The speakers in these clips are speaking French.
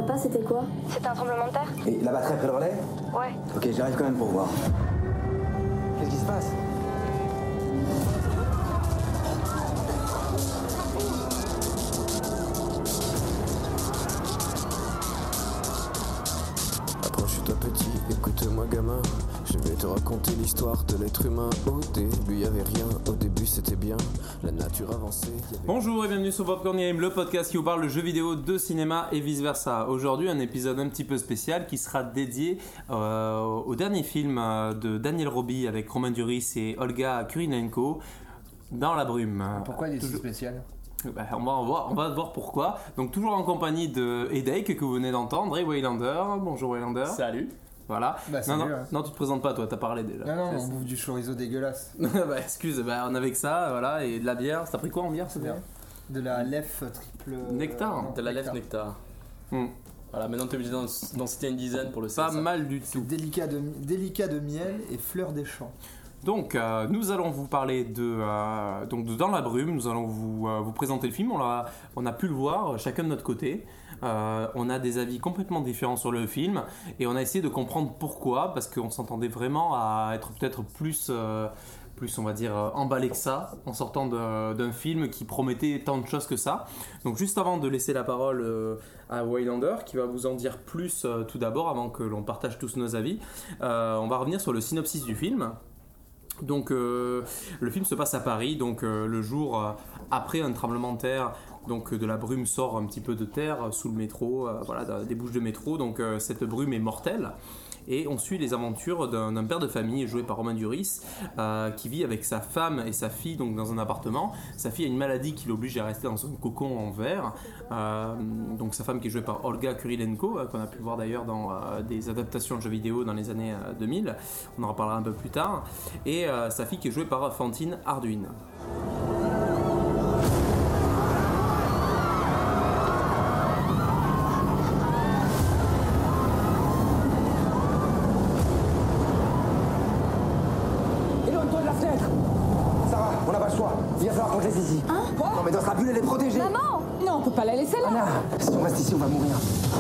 Papa, c'était quoi? C'était un tremblement de terre? Et la batterie après le relais? Ouais. Ok, j'arrive quand même pour voir. Qu'est-ce qui se passe? Approche-toi petit, écoute-moi gamin. Je vais te raconter l'histoire de l'être humain. Au début y avait rien, au début c'était bien. La nature avançait. Bonjour et bienvenue sur Popcorn Game, le podcast qui vous parle de jeux vidéo, de cinéma et vice versa. Aujourd'hui un épisode un petit peu spécial qui sera dédié au dernier film de Daniel Roby avec Romain Duris et Olga Kurylenko, Dans la brume. Pourquoi il est si spécial? On va voir pourquoi. Donc toujours en compagnie de Headache que vous venez d'entendre et Waylander. Bonjour Waylander. Salut. Voilà. Bah, non, ouais. Non, tu te présentes pas toi, t'as parlé déjà. Non, on bouffe du chorizo dégueulasse. Excuse, on avait que ça, voilà, et de la bière. T'as pris quoi en bière ce bière? De la lef triple... Nectar. De la lèvre nectar. Voilà, maintenant t'es obligé d'en citer une dizaine pour le Pas CSA. mal du tout. Délicat de miel et fleurs des champs. Donc, nous allons vous parler de Dans la brume. Nous allons vous présenter le film. On a pu le voir, chacun de notre côté. On a des avis complètement différents sur le film et on a essayé de comprendre pourquoi, parce qu'on s'entendait vraiment à être peut-être plus on va dire emballé que ça en sortant d'un film qui promettait tant de choses que ça. Donc juste avant de laisser la parole à Waylander qui va vous en dire plus tout d'abord avant que l'on partage tous nos avis, on va revenir sur le synopsis du film. Donc le film se passe à Paris, donc le jour après un tremblement de terre, donc de la brume sort un petit peu de terre sous le métro, voilà, des bouches de métro, donc cette brume est mortelle. Et on suit les aventures d'un père de famille joué par Romain Duris qui vit avec sa femme et sa fille donc dans un appartement. Sa fille a une maladie qui l'oblige à rester dans un cocon en verre. Donc sa femme qui est jouée par Olga Kurylenko qu'on a pu voir d'ailleurs dans des adaptations de jeux vidéo dans les années 2000. On en reparlera un peu plus tard. Et sa fille qui est jouée par Fantine Ardouin. Il va falloir qu'on te laisse ici. Hein? Quoi? Non mais dans sa bulle elle est protégée. Maman! Non, on peut pas la laisser là. Anna, si on reste ici on va mourir.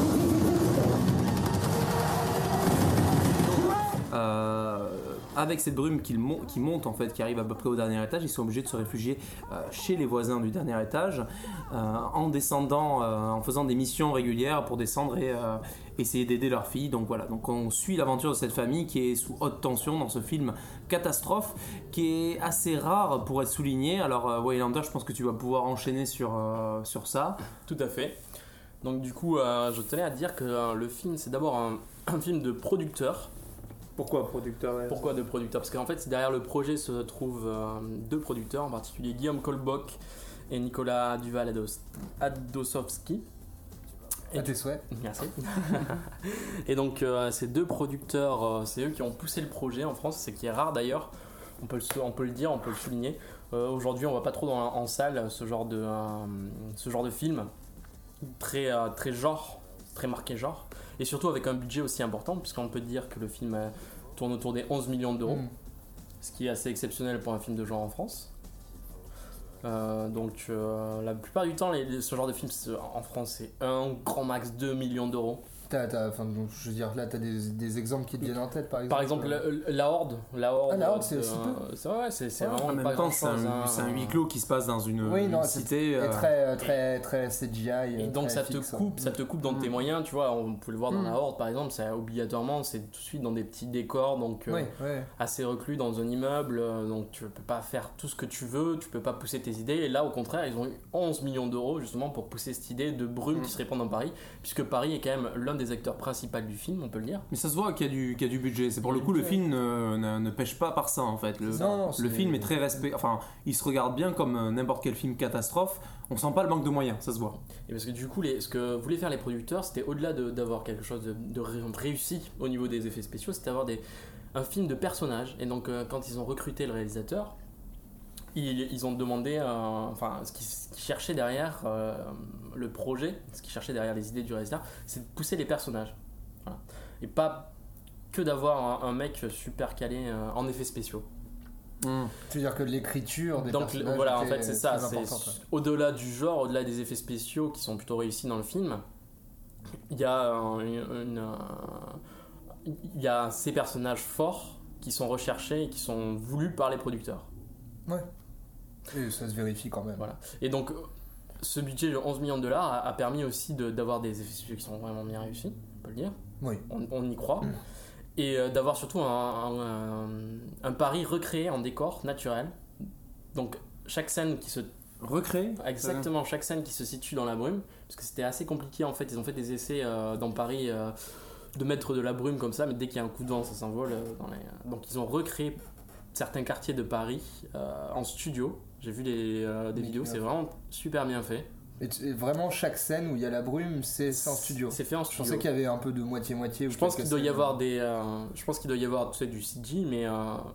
Avec cette brume qui monte en fait, qui arrive à peu près au dernier étage, ils sont obligés de se réfugier chez les voisins du dernier étage en descendant, en faisant des missions régulières pour descendre et essayer d'aider leur fille. Donc voilà, donc on suit l'aventure de cette famille qui est sous haute tension dans ce film catastrophe qui est assez rare pour être souligné. Alors Waylander, je pense que tu vas pouvoir enchaîner sur ça. Tout à fait. Donc du coup, je tenais à dire que le film, c'est d'abord un film de producteur. Pourquoi producteur? Pourquoi de producteur? Parce qu'en fait, derrière le projet se trouvent deux producteurs, en particulier Guillaume Kolbock et Nicolas Duval-Adosovski. À tes souhaits. Merci. Et donc, ces deux producteurs, c'est eux qui ont poussé le projet en France, c'est qui est rare d'ailleurs. On peut le dire, on peut le souligner. Aujourd'hui, on va pas trop en salle ce genre de film très genre, très marqué genre. Et surtout avec un budget aussi important, puisqu'on peut dire que le film tourne autour des 11 millions d'euros, ce qui est assez exceptionnel pour un film de genre en France. Donc la plupart du temps, ce genre de film en France, c'est un grand max 2 millions d'euros. Donc, je veux dire, là, t'as des exemples qui te viennent en tête, par exemple. Par exemple, la Horde. La Horde, c'est aussi peu. C'est vraiment en même pas temps, grand-chose. c'est un huis clos qui se passe dans une cité. Et très CGI. Et donc ça te coupe dans tes moyens, tu vois. On peut le voir dans la Horde, par exemple. C'est obligatoirement, c'est tout de suite dans des petits décors, donc assez reclus dans un immeuble. Donc tu peux pas faire tout ce que tu veux, tu peux pas pousser tes idées. Et là, au contraire, ils ont eu 11 millions d'euros justement pour pousser cette idée de brume qui se répand dans Paris, puisque Paris est quand même l'un des acteurs principaux du film, on peut le dire. Mais ça se voit qu'il y a du budget. C'est pour le coup, le film ne pêche pas par ça en fait. Le film est très enfin, il se regarde bien comme n'importe quel film catastrophe. On sent pas le manque de moyens, ça se voit. Et parce que du coup, ce que voulaient faire les producteurs, c'était au-delà d'avoir quelque chose de réussi au niveau des effets spéciaux, c'était d'avoir un film de personnages. Et donc, quand ils ont recruté le réalisateur, ils ont demandé, ce qu'ils cherchaient derrière le projet, ce qu'ils cherchaient derrière les idées du réalisateur, c'est de pousser les personnages. Voilà. Et pas que d'avoir un mec super calé en effets spéciaux. Tu veux dire que l'écriture des personnages. Donc voilà, en fait, c'est ça. C'est au-delà du genre, au-delà des effets spéciaux qui sont plutôt réussis dans le film, il y a il y a ces personnages forts qui sont recherchés et qui sont voulus par les producteurs. Ouais. Et ça se vérifie quand même. Voilà. Et donc, ce budget de 11 millions de dollars a permis aussi d'avoir des effets spéciaux qui sont vraiment bien réussis, on peut le dire. Oui. On y croit. Et d'avoir surtout un Paris recréé en décor naturel. Donc, chaque scène qui se... Recréé. Exactement, chaque scène qui se situe dans la brume. Parce que c'était assez compliqué en fait. Ils ont fait des essais dans Paris de mettre de la brume comme ça, mais dès qu'il y a un coup de vent, ça s'envole. Donc, ils ont recréé certains quartiers de Paris en studio. J'ai vu des vidéos, c'est vraiment super bien fait. Et vraiment, chaque scène où il y a la brume, c'est en studio. C'est fait en Je studio. pensais qu'il y avait un peu de moitié-moitié. Je pense qu'il doit y avoir je pense qu'il doit y avoir tu sais, du CG, mais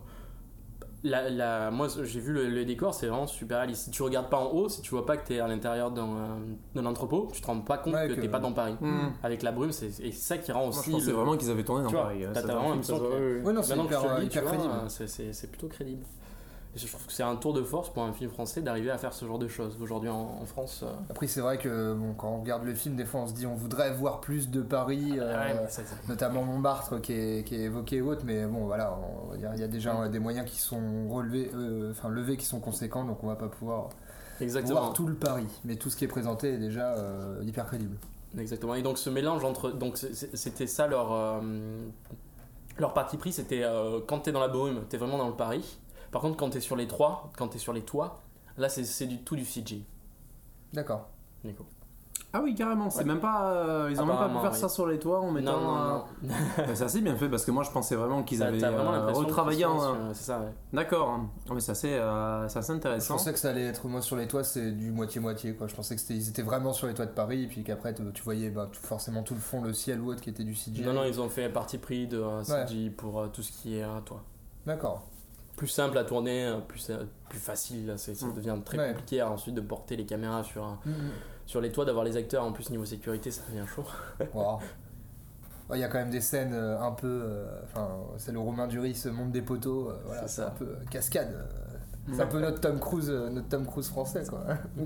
moi j'ai vu le décor, c'est vraiment super réaliste. Si tu regardes pas en haut, si tu vois pas que t'es à l'intérieur d'un entrepôt, tu te rends pas compte que t'es pas dans Paris. Avec la brume, c'est ça qui rend Moi, aussi. je pensais vraiment qu'ils avaient tourné dans Paris. T'as vraiment l'impression que. Ouais, non, c'est Maintenant que hyper, je te le dis, hyper tu vois, crédible. c'est plutôt crédible. Et je trouve que c'est un tour de force pour un film français d'arriver à faire ce genre de choses. Aujourd'hui en France. Après, c'est vrai que quand on regarde le film, des fois on se dit on voudrait voir plus de Paris, notamment Montmartre qui est évoqué et autres, mais bon voilà, on va dire, il y a déjà des moyens qui sont levés qui sont conséquents, donc on va pas pouvoir voir tout le Paris, mais tout ce qui est présenté est déjà hyper crédible. Exactement. Et donc ce mélange entre. Donc c'était ça leur parti pris, c'était quand t'es dans la brume, t'es vraiment dans le Paris. Par contre, quand t'es sur les toits, là c'est tout du CG. D'accord. Nico. Ah oui, carrément, c'est même pas, ils ont même pas pu faire ça sur les toits en mettant. Non. C'est assez bien fait parce que moi je pensais vraiment qu'ils avaient retravaillé c'est ça, ouais. D'accord, mais c'est assez intéressant. Je pensais que ça allait être, moi sur les toits c'est du moitié-moitié quoi. Je pensais qu'ils étaient vraiment sur les toits de Paris et puis qu'après tu voyais forcément tout le fond, le ciel ou autre qui était du CGI. Non, ils ont fait un parti pris de CGI pour tout ce qui est à toi. D'accord. Plus simple à tourner, plus facile, ça devient très compliqué ensuite de porter les caméras sur les toits, d'avoir les acteurs en plus niveau sécurité, ça devient chaud. Wow. Il y a quand même des scènes un peu, c'est le Romain Duris se monte des poteaux, voilà, c'est un peu cascade. C'est un peu notre Tom Cruise français quoi.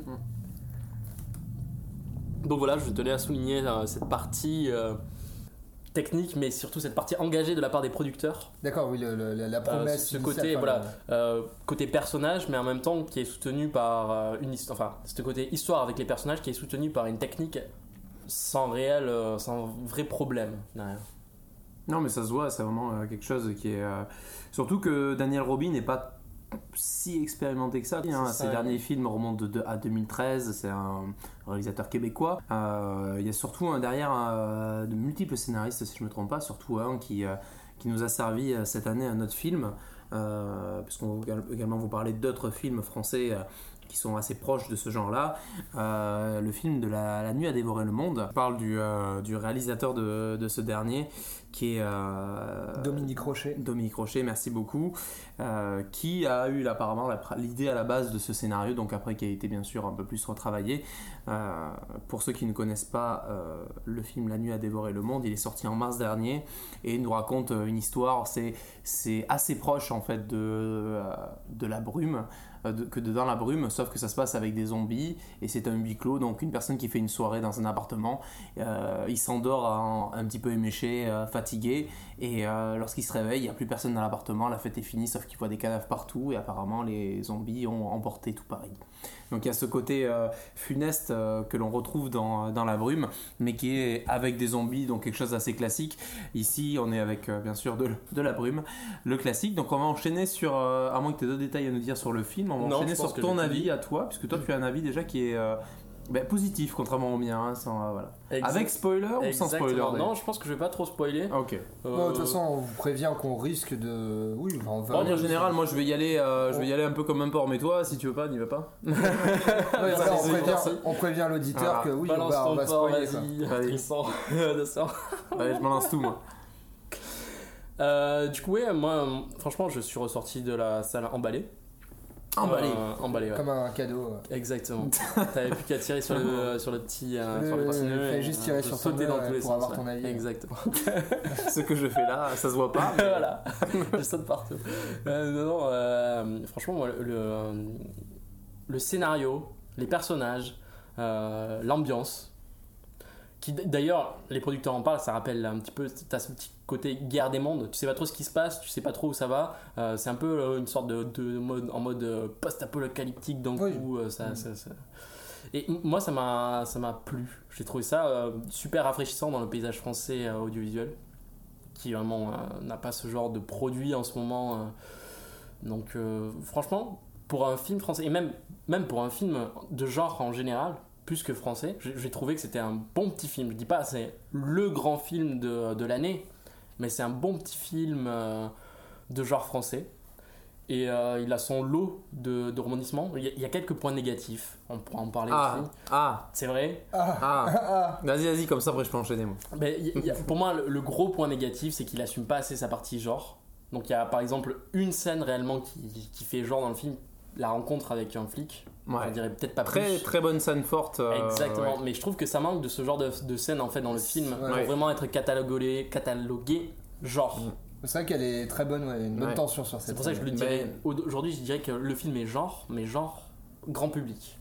Donc voilà, je tenais à souligner cette partie technique, mais surtout cette partie engagée de la part des producteurs. D'accord, oui, la promesse. Ce côté, côté personnage, mais en même temps qui est soutenu par ce côté histoire avec les personnages qui est soutenu par une technique sans vrai problème derrière. Non, mais ça se voit, c'est vraiment quelque chose qui est. Surtout que Daniel Roby n'est pas si expérimenté que ça. Ses derniers films remontent à 2013, c'est un réalisateur québécois. Il y a surtout derrière de multiples scénaristes, si je ne me trompe pas, surtout un qui nous a servi cette année à notre film, puisqu'on va également vous parler d'autres films français qui sont assez proches de ce genre-là. Le film de la nuit a dévoré le monde. Je parle du réalisateur de ce dernier, qui est Dominique Rocher, merci beaucoup, qui a eu apparemment l'idée à la base de ce scénario, donc après qui a été bien sûr un peu plus retravaillé. Pour ceux qui ne connaissent pas le film La nuit a dévoré le monde, il est sorti en mars dernier et il nous raconte une histoire, c'est assez proche en fait de la brume, que dans la brume, sauf que ça se passe avec des zombies et c'est un huis clos, donc une personne qui fait une soirée dans un appartement, il s'endort un petit peu éméché, fatigué, et lorsqu'il se réveille, il n'y a plus personne dans l'appartement, la fête est finie, sauf qu'il voit des cadavres partout et apparemment les zombies ont emporté tout Paris. Donc il y a ce côté funeste que l'on retrouve dans la brume, mais qui est avec des zombies, donc quelque chose d'assez classique. Ici, on est avec bien sûr de la brume, le classique. Donc on va enchaîner sur, à moins que tu aies d'autres détails à nous dire sur le film, on va enchaîner sur ton avis à toi, puisque toi tu as un avis déjà qui est positif, contrairement au mien. Voilà. Avec spoiler ou sans spoiler? Non, je pense que je vais pas trop spoiler. Ok. De toute façon, on vous prévient qu'on risque de. Oui, on va. En général, moi je vais y aller un peu comme un porc, mais toi, si tu veux pas, n'y va pas. Voilà, on prévient l'auditeur que oui, on va spoiler. Allez, je m'en lance tout, moi. Du coup, moi, franchement, je suis ressorti de la salle emballé. Emballé, ouais. Comme un cadeau. Exactement. T'avais plus qu'à tirer sur le petit nœud. Fallait juste tirer sur ton nœud dans tous les pour sens, avoir ton avis. Exactement. Ce que je fais là, ça se voit pas. Mais... Voilà. Je saute partout. Franchement, moi, le scénario, les personnages, l'ambiance, qui d'ailleurs, les producteurs en parlent, ça rappelle un petit peu, t'as ce petit côté guerre des mondes, tu sais pas trop ce qui se passe, tu sais pas trop où ça va, c'est un peu une sorte de mode, en mode post-apocalyptique d'un coup, ça. Et moi ça m'a plu, j'ai trouvé ça super rafraîchissant dans le paysage français audiovisuel, qui vraiment n'a pas ce genre de produit en ce moment, donc franchement, pour un film français, et même pour un film de genre en général, plus que français, j'ai trouvé que c'était un bon petit film. Je dis pas c'est le grand film de l'année, mais c'est un bon petit film de genre français. Et il a son lot de rebondissements. Il y a quelques points négatifs, on pourra en parler aussi. C'est vrai. Vas-y, comme ça après je peux enchaîner moi. Mais pour moi, le gros point négatif, c'est qu'il assume pas assez sa partie genre. Donc il y a par exemple une scène réellement qui fait genre dans le film, la rencontre avec un flic. Je dirais peut-être pas plus. Très bonne scène forte. Exactement, mais je trouve que ça manque de ce genre de scène en fait dans le film pour vraiment être catalogué genre. C'est vrai qu'elle est très bonne, une bonne tension sur cette scène. C'est pour ça que je le dirais. Aujourd'hui, je dirais que le film est genre, mais genre grand public.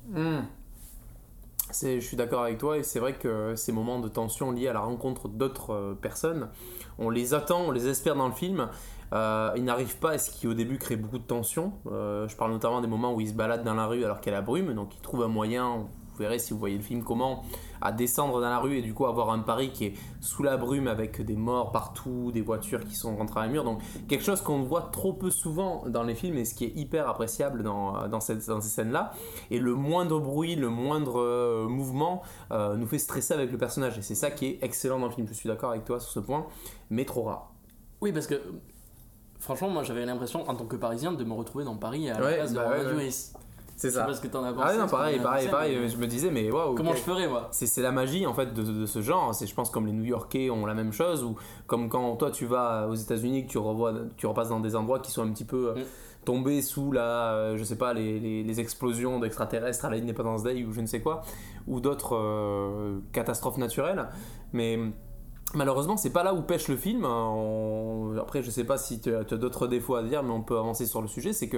Je suis d'accord avec toi, et c'est vrai que ces moments de tension liés à la rencontre d'autres personnes, on les attend, on les espère dans le film. Ils n'arrivent pas à ce qui au début crée beaucoup de tension. Je parle notamment des moments où ils se baladent dans la rue alors qu'il y a la brume, donc ils trouvent un moyen, vous verrez si vous voyez le film comment, à descendre dans la rue et du coup avoir un Paris qui est sous la brume avec des morts partout, des voitures qui sont rentrées à la mur, donc quelque chose qu'on voit trop peu souvent dans les films et ce qui est hyper appréciable dans ces scènes-là. Et le moindre bruit, le moindre mouvement nous fait stresser avec le personnage, et c'est ça qui est excellent dans le film. Je suis d'accord avec toi sur ce point, mais trop rare. Oui, parce que franchement, moi j'avais l'impression en tant que Parisien de me retrouver dans Paris à la place de Romain Duris. C'est ça. Je sais pas ce que t'en as pensé. Non, pareil, je me disais, mais waouh. Comment je ferais, moi ? C'est la magie en fait de ce genre. Je pense comme les New-Yorkais ont la même chose, ou comme quand toi tu vas aux États-Unis, que tu repasses dans des endroits qui sont un petit peu tombés sous je sais pas, les explosions d'extraterrestres à l'Independence Day ou je ne sais quoi, ou d'autres catastrophes naturelles. Mais malheureusement, c'est pas là où pêche le film. Après, je sais pas si tu as d'autres défauts à dire, mais on peut avancer sur le sujet. C'est que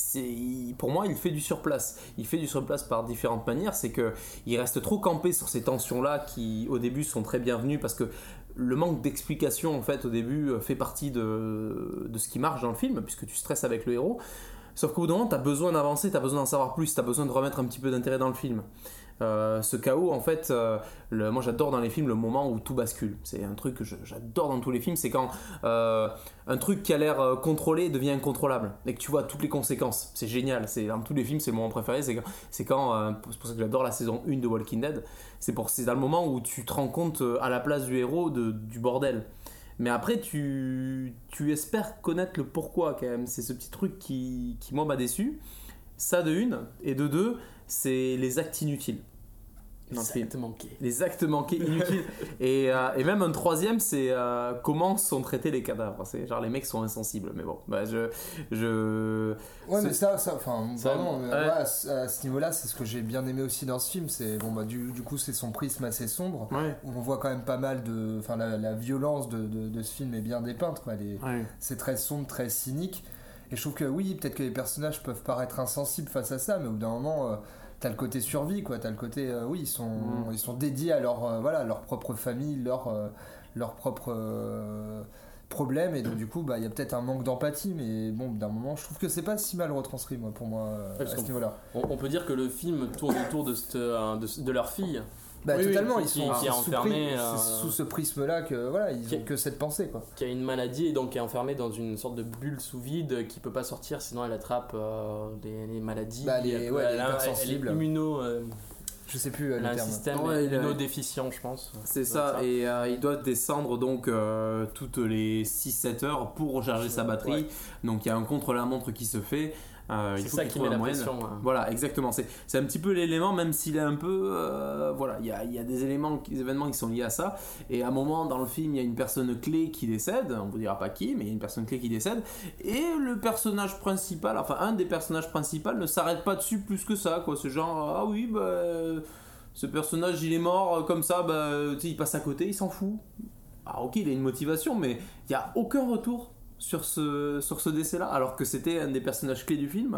pour moi, il fait du surplace. Il fait du surplace par différentes manières. C'est qu'il reste trop campé sur ces tensions-là qui, au début, sont très bienvenues parce que le manque d'explication, en fait, au début, fait partie de ce qui marche dans le film, puisque tu stresses avec le héros. Sauf qu'au bout d'un moment, t'as besoin d'avancer, t'as besoin d'en savoir plus, t'as besoin de remettre un petit peu d'intérêt dans le film. Ce chaos, en fait, moi j'adore dans les films le moment où tout bascule. C'est un truc que j'adore dans tous les films, c'est quand un truc qui a l'air contrôlé devient incontrôlable et que tu vois toutes les conséquences. C'est génial, dans tous les films c'est le moment préféré, c'est quand c'est pour ça que j'adore la saison 1 de Walking Dead, c'est dans le moment où tu te rends compte à la place du héros du bordel. Mais après tu espères connaître le pourquoi quand même. C'est ce petit truc qui moi m'a déçu. Ça de une, et de deux, c'est les actes inutiles. Les actes manqués inutiles. et même un troisième, c'est comment sont traités les cadavres. C'est genre les mecs sont insensibles. Mais bon, mais à ce niveau-là, c'est ce que j'ai bien aimé aussi dans ce film. C'est du coup, c'est son prisme assez sombre. Où on voit quand même pas mal de, la violence de ce film est bien dépeinte. C'est très sombre, très cynique. Et je trouve que peut-être que les personnages peuvent paraître insensibles face à ça, mais au bout d'un moment, t'as le côté survie, quoi. T'as le côté, ils sont dédiés à leur propre famille, leur propre problème, et donc du coup, il y a peut-être un manque d'empathie, mais bon, d'un moment, je trouve que c'est pas si mal retranscrit, pour moi, à ce niveau-là. On peut dire que le film tourne autour de leur fille. Totalement, ils sont qui est enfermé sous ce prisme-là que ils ont que cette pensée, quoi. Qui a une maladie et donc qui est enfermé dans une sorte de bulle sous vide qui peut pas sortir, sinon elle attrape les maladies. Les hypersensibles. Je sais plus le terme. Un système immunodéficient, je pense. C'est ça. Et il doit descendre donc toutes les 6-7 heures pour recharger sa batterie. Donc il y a un contre-la-montre qui se fait. C'est ça qui met la pression. Voilà, exactement. C'est un petit peu l'élément, même s'il est un peu. Il y a des événements qui sont liés à ça. Et à un moment dans le film, il y a une personne clé qui décède. On vous dira pas qui, mais il y a une personne clé qui décède. Et le personnage principal, un des personnages principaux, ne s'arrête pas dessus plus que ça, quoi. C'est genre, ce personnage il est mort comme ça, il passe à côté, il s'en fout. Ah, ok, il a une motivation, mais il n'y a aucun retour sur ce décès-là, alors que c'était un des personnages clés du film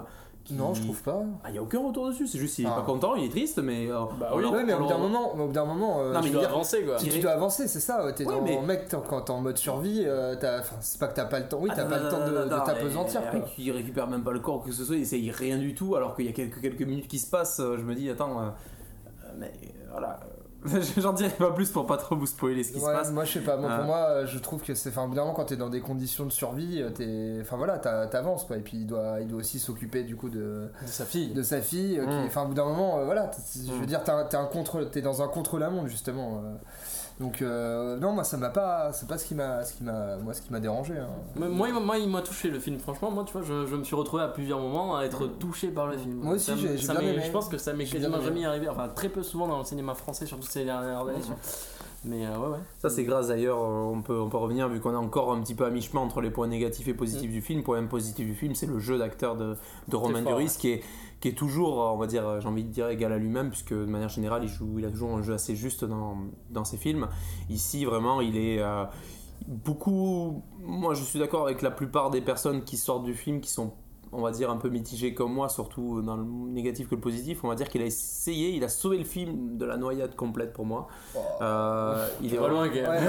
Non, je trouve pas. Il n'y a aucun retour dessus, c'est juste qu'il est pas content, il est triste, mais. Oui, mais au bout d'un moment. Non, mais il doit avancer quoi. Tu dois avancer, c'est ça. T'es quand t'es en mode survie, c'est pas que t'as pas le temps. Oui, t'as pas le temps de t'apesantir. Il récupère même pas le corps, que ce soit, il essaye rien du tout, alors qu'il y a quelques minutes qui se passent. Je me dis, attends, mais voilà. J'en dirai pas plus pour pas trop vous spoiler ce qui se passe. Moi je sais pas, pour moi je trouve que c'est. Enfin, évidemment, quand t'es dans des conditions de survie, t'avances quoi. Et puis il doit aussi s'occuper du coup de sa fille. Enfin, au bout d'un moment, je veux dire, t'es dans un contre-la-montre justement. Donc non, moi ça m'a pas, c'est pas ce qui m'a dérangé. Hein. Moi il m'a touché le film. Franchement, moi tu vois, je me suis retrouvé à plusieurs moments à être touché par le film. Moi aussi j'ai bien aimé. Je pense que ça m'est quasiment jamais arrivé. Enfin très peu souvent dans le cinéma français, surtout ces dernières années. Mais ouais. Ça c'est grâce d'ailleurs, on peut revenir vu qu'on est encore un petit peu à mi-chemin entre les points négatifs et positifs du film. Point positif du film, c'est le jeu d'acteur de Romain Duris qui est toujours, on va dire, j'ai envie de dire égal à lui-même, puisque de manière générale il a toujours un jeu assez juste dans ses films. Ici vraiment il est beaucoup, moi je suis d'accord avec la plupart des personnes qui sortent du film qui sont, on va dire, un peu mitigé comme moi, surtout dans le négatif que le positif. On va dire qu'il a essayé, il a sauvé le film de la noyade complète pour moi. Il est loin,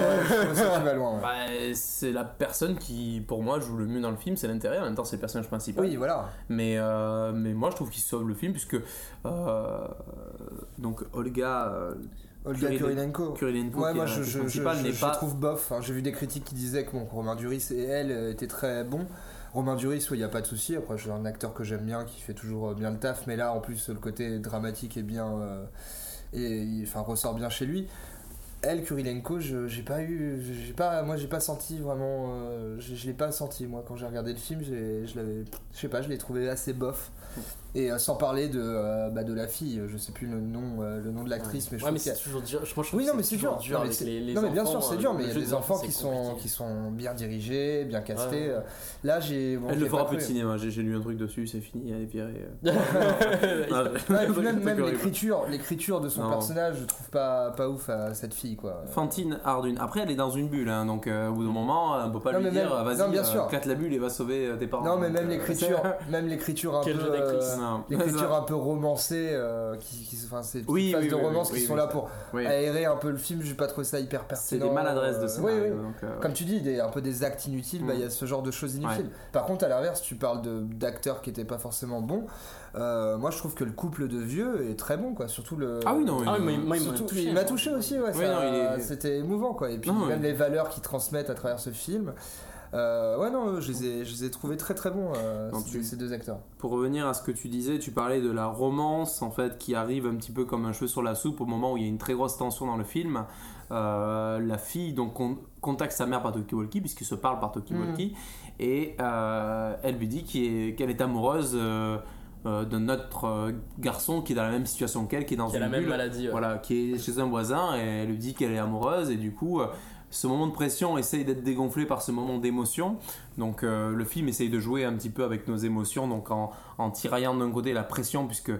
c'est la personne qui, pour moi, joue le mieux dans le film, c'est l'intérêt. En même temps, c'est le personnage principal. Oui, voilà. Mais moi, je trouve qu'il sauve le film puisque donc Olga Kurilenko. Ouais, moi je trouve bof. J'ai vu des critiques qui disaient que Romain Duris et elle étaient très bons. Romain Duris, il n'y a pas de souci. Après, je suis un acteur que j'aime bien, qui fait toujours bien le taf, mais là, en plus, le côté dramatique est bien, ressort bien chez lui. Elle, Kurilenko, j'ai pas senti vraiment, je l'ai pas senti moi quand j'ai regardé le film. Je l'ai trouvé assez bof. Et sans parler de la fille, je sais plus le nom de l'actrice, mais je trouve c'est toujours dur. Oui, non, mais c'est dur. Non, mais bien sûr, c'est dur, mais il y a des enfants qui sont bien dirigés, bien castés. Là, elle ne fera plus de cinéma. J'ai lu un truc dessus, c'est fini, elle est virée. Même l'écriture de son personnage, je trouve pas ouf à cette fille, quoi. Fantine Ardune. Après, elle est dans une bulle, hein, donc au bout d'un moment, on peut pas lui dire, vas-y, claque la bulle et va sauver tes parents. Non, mais même l'écriture un peu. L'écriture un peu romancée, ces petites phases de romance qui sont là pour aérer un peu le film. J'ai pas trouvé ça hyper pertinent. C'est des maladresses de scénario. Comme tu dis, un peu des actes inutiles. Il y a ce genre de choses inutiles. Par contre, à l'inverse, tu parles d'acteurs qui étaient pas forcément bons. Moi, je trouve que le couple de vieux est très bon, quoi. Surtout le. Ah oui, non. Il m'a touché aussi. C'était émouvant, quoi. Et puis même les valeurs qu'ils transmettent à travers ce film. Je les ai trouvés très très bons, ces deux acteurs. Pour revenir à ce que tu disais, tu parlais de la romance en fait qui arrive un petit peu comme un cheveu sur la soupe au moment où il y a une très grosse tension dans le film. La fille donc contacte sa mère par talkie-walkie puisqu'ils se parlent par talkie-walkie et elle lui dit qu'elle est amoureuse d'un autre garçon qui est dans la même situation qu'elle, qui est dans une la bulle, même maladie, voilà, qui est chez un voisin, et elle lui dit qu'elle est amoureuse et du coup ce moment de pression essaye d'être dégonflé par ce moment d'émotion. Donc le film essaye de jouer un petit peu avec nos émotions, donc en tiraillant d'un côté la pression puisque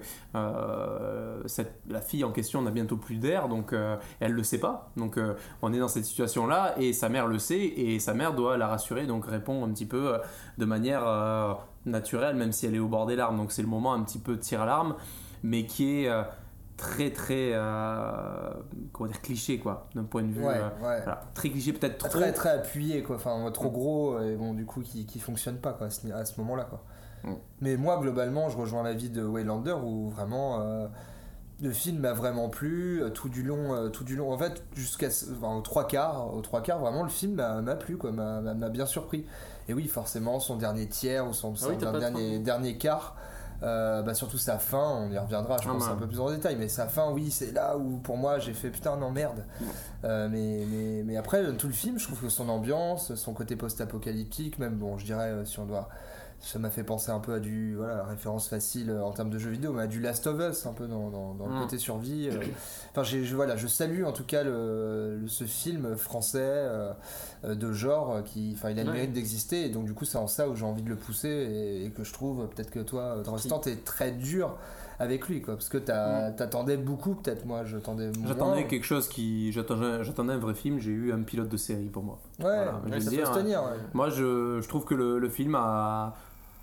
la fille en question n'a bientôt plus d'air, donc elle le sait pas, donc on est dans cette situation là et sa mère le sait et sa mère doit la rassurer, donc répond un petit peu de manière naturelle même si elle est au bord des larmes, donc c'est le moment un petit peu de tir à larmes mais qui est très très cliché quoi, d'un point de vue voilà, très cliché, peut-être trop très très appuyé quoi, enfin trop gros et bon du coup qui fonctionne pas quoi à ce moment là quoi. Mais moi globalement je rejoins l'avis de Waylander où vraiment le film m'a vraiment plu tout du long en fait aux trois quarts vraiment le film m'a plu quoi, m'a bien surpris. Et oui forcément son dernier tiers ou son dernier quart, surtout sa fin, on y reviendra je pense un peu plus en détail, mais sa fin oui c'est là où pour moi j'ai fait putain non merde. Mais après tout le film je trouve que son ambiance, son côté post-apocalyptique même, bon je dirais ça m'a fait penser un peu à référence facile en termes de jeux vidéo, mais à du Last of Us un peu dans le côté survie. Je salue en tout cas ce film français de genre qui, il a le mérite d'exister, et donc du coup c'est en ça où j'ai envie de le pousser et que je trouve peut-être que toi dans l'instant t'es très dur avec lui quoi, parce que t'attendais beaucoup, peut-être moi j'attendais quelque chose j'attendais un vrai film, j'ai eu un pilote de série pour moi. Ça peut se tenir. Moi je trouve que le film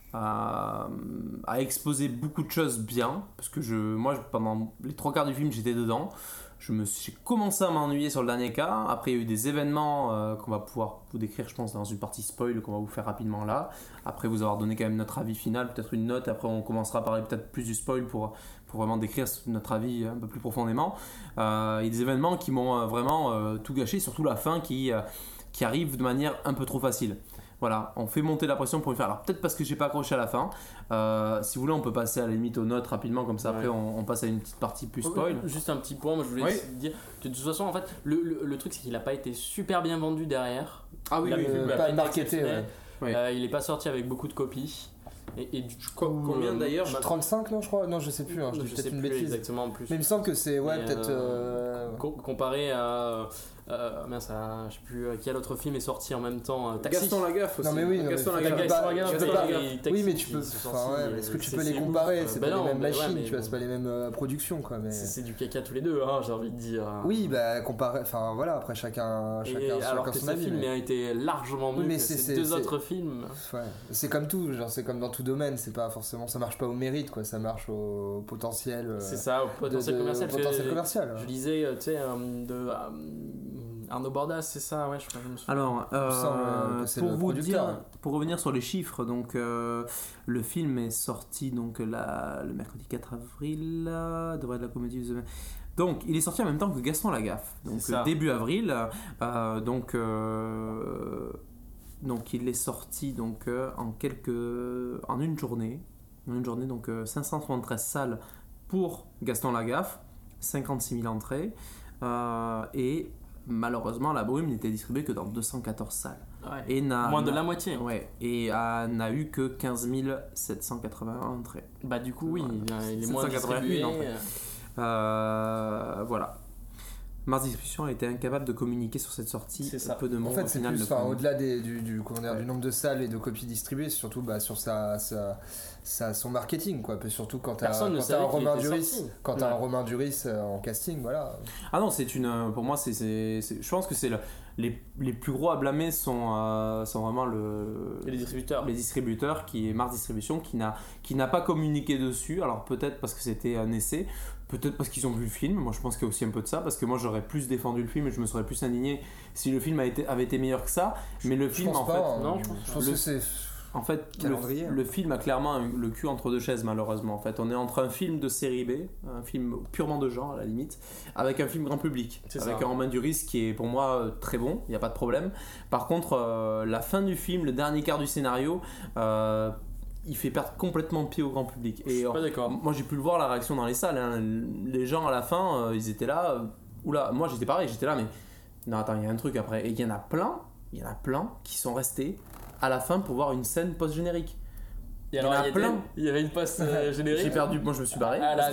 a exposé beaucoup de choses bien, parce que moi, pendant les 3 quarts du film, j'étais dedans. J'ai commencé à m'ennuyer sur le dernier quart. Après, il y a eu des événements qu'on va pouvoir vous décrire, je pense, dans une partie spoil qu'on va vous faire rapidement là. Après vous avoir donné quand même notre avis final, peut-être une note. Après, on commencera à parler peut-être plus du spoil pour vraiment décrire notre avis un peu plus profondément. Il y a des événements qui m'ont vraiment tout gâché, surtout la fin qui arrive de manière un peu trop facile. Voilà, on fait monter la pression pour le faire. Alors peut-être parce que j'ai pas accroché à la fin. Si vous voulez, on peut passer à la limite aux notes rapidement, comme ça après on passe à une petite partie plus spoil. Juste un petit point, moi je voulais dire que de toute façon en fait le truc c'est qu'il a pas été super bien vendu derrière. Ah oui, pas marketé. Il est pas sorti avec beaucoup de copies. Et du coup, combien d'ailleurs 35 non je crois, non je sais plus, je dis peut-être une bêtise exactement en plus. Mais il me semble que c'est peut-être comparé à je sais plus quel autre film est sorti en même temps. Taxi. Gaston Lagaffe aussi. Non mais oui, Gaston Lagaffe. Oui mais tu peux. Est-ce que tu peux les comparer? C'est pas les mêmes machines, tu vois, c'est pas les mêmes productions quoi. Mais c'est du caca tous les deux, j'ai envie de dire. Oui, comparer. Enfin voilà, après chacun alors que ce film a été largement mieux que ces deux autres films. Ouais, c'est comme tout, genre c'est comme dans tout domaine, c'est pas forcément, ça marche pas au mérite quoi, ça marche au potentiel. C'est ça, au potentiel commercial. Je lisais, tu sais, de Arnaud Bordas, c'est ça, ouais, je crois que je me souviens. Alors, pour vous dire, pour revenir sur les chiffres, donc le film est sorti donc le mercredi 4 avril, devrait être la comédie. Donc, il est sorti en même temps que Gaston Lagaffe, donc début avril. Donc, il est sorti donc en une journée, donc 573 salles pour Gaston Lagaffe, 56 000 entrées, et malheureusement la Brume n'était distribuée que dans 214 salles. Ouais. Et moins de la moitié. Ouais, et n'a eu que 15 781 entrées. Bah du coup oui, il est moins distribué. Voilà. Mars Distribution a été incapable de communiquer sur cette sortie. C'est ça. Peu de monde, en fait, c'est plus, au-delà du nombre de salles et de copies distribuées, c'est surtout sur son marketing, quoi. Surtout quand t'as un Romain Duris, un Romain Duris en casting, voilà. Ah non, pour moi, je pense que c'est les plus gros à blâmer sont vraiment les distributeurs, qui est Mars Distribution, qui n'a pas communiqué dessus. Alors peut-être parce que c'était un essai. Peut-être parce qu'ils ont vu le film, moi je pense qu'il y a aussi un peu de ça, parce que moi j'aurais plus défendu le film et je me serais plus indigné si le film avait été meilleur que ça, mais le film en fait... Non, je pense que c'est... En fait, le film a clairement le cul entre deux chaises malheureusement. En fait, on est entre un film de série B, un film purement de genre à la limite, avec un film grand public, avec un Romain Duris qui est pour moi très bon, il n'y a pas de problème. Par contre, la fin du film, le dernier quart du scénario... il fait perdre complètement pied au grand public. Et je suis pas d'accord. Moi j'ai pu le voir la réaction dans les salles, hein. Les gens à la fin ils étaient là, oula, moi j'étais pareil, j'étais là mais non attends, il y a un truc après. Et il y en a plein qui sont restés à la fin pour voir une scène post-générique. Il y en a plein. Il y avait une post générique. J'ai perdu, moi je me suis barré. Parce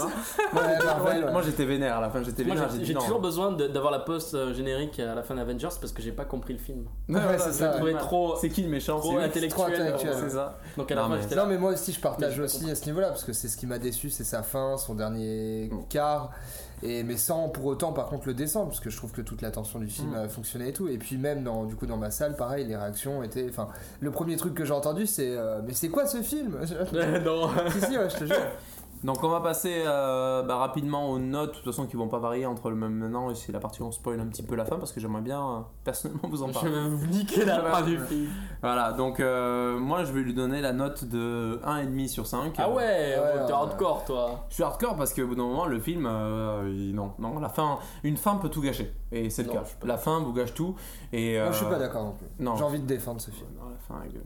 que moi j'étais vénère à la fin, j'ai toujours besoin d'avoir la post générique à la fin d'Avengers parce que j'ai pas compris le film. C'est ça. C'est qui le méchant? Trop intellectuel. C'est ça. Donc à la fin, non mais moi aussi je partage aussi à ce niveau-là parce que c'est ce qui m'a déçu, c'est sa fin, son dernier quart. Mais sans pour autant par contre le descendre, parce que je trouve que toute l'attention du film a fonctionné et tout. Et puis même dans ma salle, pareil, les réactions étaient... Enfin, le premier truc que j'ai entendu c'est mais c'est quoi ce film? Non. Si, ouais, je te jure. Donc on va passer rapidement aux notes, de toute façon qui vont pas varier entre le même maintenant, et c'est la partie où on spoil un petit peu la fin parce que j'aimerais bien personnellement vous en parler. Je vais vous niquer la fin du film. Voilà, donc moi je vais lui donner la note de 1,5 sur 5. Ah ouais, t'es hardcore toi. Je suis hardcore parce qu'au bout d'un moment le film, non, la fin, une fin peut tout gâcher, et c'est le cas. La fin vous gâche tout. Et, moi je suis pas d'accord non plus. Non. J'ai envie de défendre ce film. Non, la fin est gueule.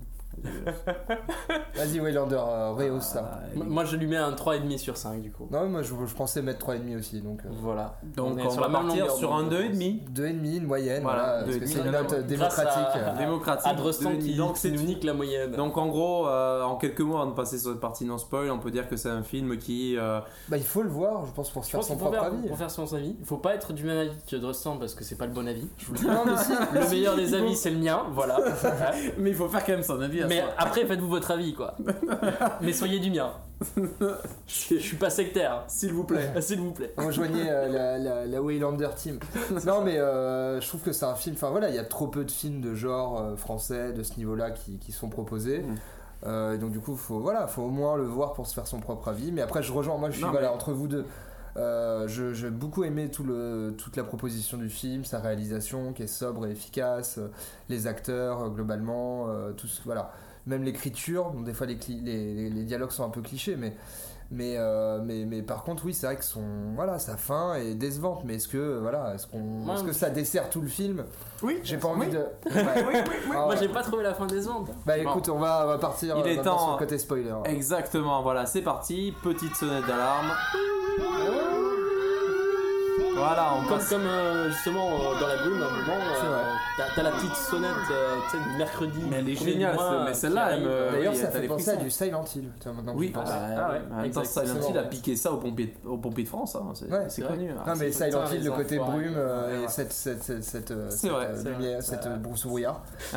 Vas-y Waylander, rehausse ça. Moi je lui mets un 3,5 sur 5 du coup. Non, moi je pensais mettre 3,5 aussi, donc voilà. Donc on va partir sur un 2,5. 2,5, une moyenne, voilà, parce que c'est une note démocratique. Démocratique. Adreston qui nous nique la moyenne. Donc en gros, en quelques mots avant de passer sur cette partie non spoil, on peut dire que c'est un film qui... il faut le voir, je pense, pour se faire son propre avis. Pour faire son avis. Il faut pas être du même avis que Adreston parce que c'est pas le bon avis. Je vous le dis. Non, mais si, le meilleur des avis c'est le mien, voilà. Mais il faut faire quand même son avis. Mais après faites-vous votre avis quoi. Mais soyez du mien. Je suis pas sectaire, s'il vous plaît. S'il vous plaît. Rejoignez la Waylander team. Non mais je trouve que c'est un film. Enfin voilà, il y a trop peu de films de genre français de ce niveau-là qui sont proposés. Donc du coup, faut au moins le voir pour se faire son propre avis. Mais après, je suis entre vous deux. J'ai beaucoup aimé toute la proposition du film, sa réalisation qui est sobre et efficace, les acteurs globalement, voilà. Même l'écriture, bon, des fois les dialogues sont un peu clichés, mais par contre oui, c'est vrai que sa fin est décevante. Mais est-ce que ça dessert tout le film? Oui. J'ai pas envie de. Moi j'ai pas trouvé la fin décevante. Bah écoute, on va partir sur le côté spoiler. Exactement, voilà, c'est parti, petite sonnette d'alarme. Voilà, comme justement dans la brume, à un moment, t'as la petite sonnette du mercredi. Mais elle est géniale, mais celle-là, d'ailleurs, ça fait penser à du Silent Hill. Oui, en même temps, Silent Hill a piqué ça aux pompiers de France, hein, c'est connu. Non, mais Silent Hill, le côté brume et cette lumière, cette brousse brouillard.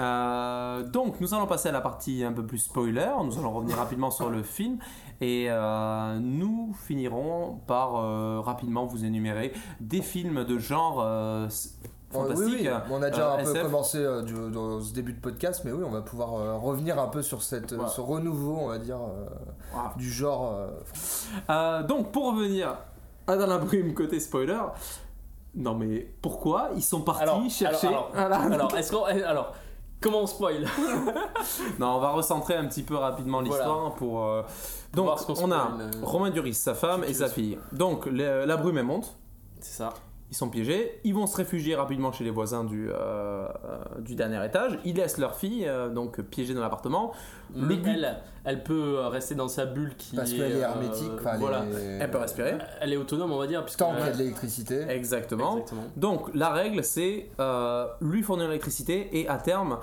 Donc, nous allons passer à la partie un peu plus spoiler. Nous allons revenir rapidement sur le film. Et nous finirons par rapidement vous énumérer des films de genre fantastique. Oui. On a déjà un peu commencé dans ce début de podcast, mais oui, on va pouvoir revenir un peu sur ce renouveau, on va dire, du genre. Donc, pour revenir à Dans la brume côté spoiler, non mais pourquoi ils sont partis chercher... Alors, comment on spoil? Non, on va recentrer un petit peu rapidement l'histoire pour... Donc, on a Romain Duris, sa femme et sa fille. Donc, la brume, elle monte. C'est ça. Ils sont piégés. Ils vont se réfugier rapidement chez les voisins du dernier étage. Ils laissent leur fille donc piégée dans l'appartement. Mais elle peut rester dans sa bulle parce qu'elle est hermétique. Elle peut respirer. Elle est autonome, on va dire. Tant qu'il y a de l'électricité. Exactement. Donc, la règle, c'est lui fournir l'électricité et à terme...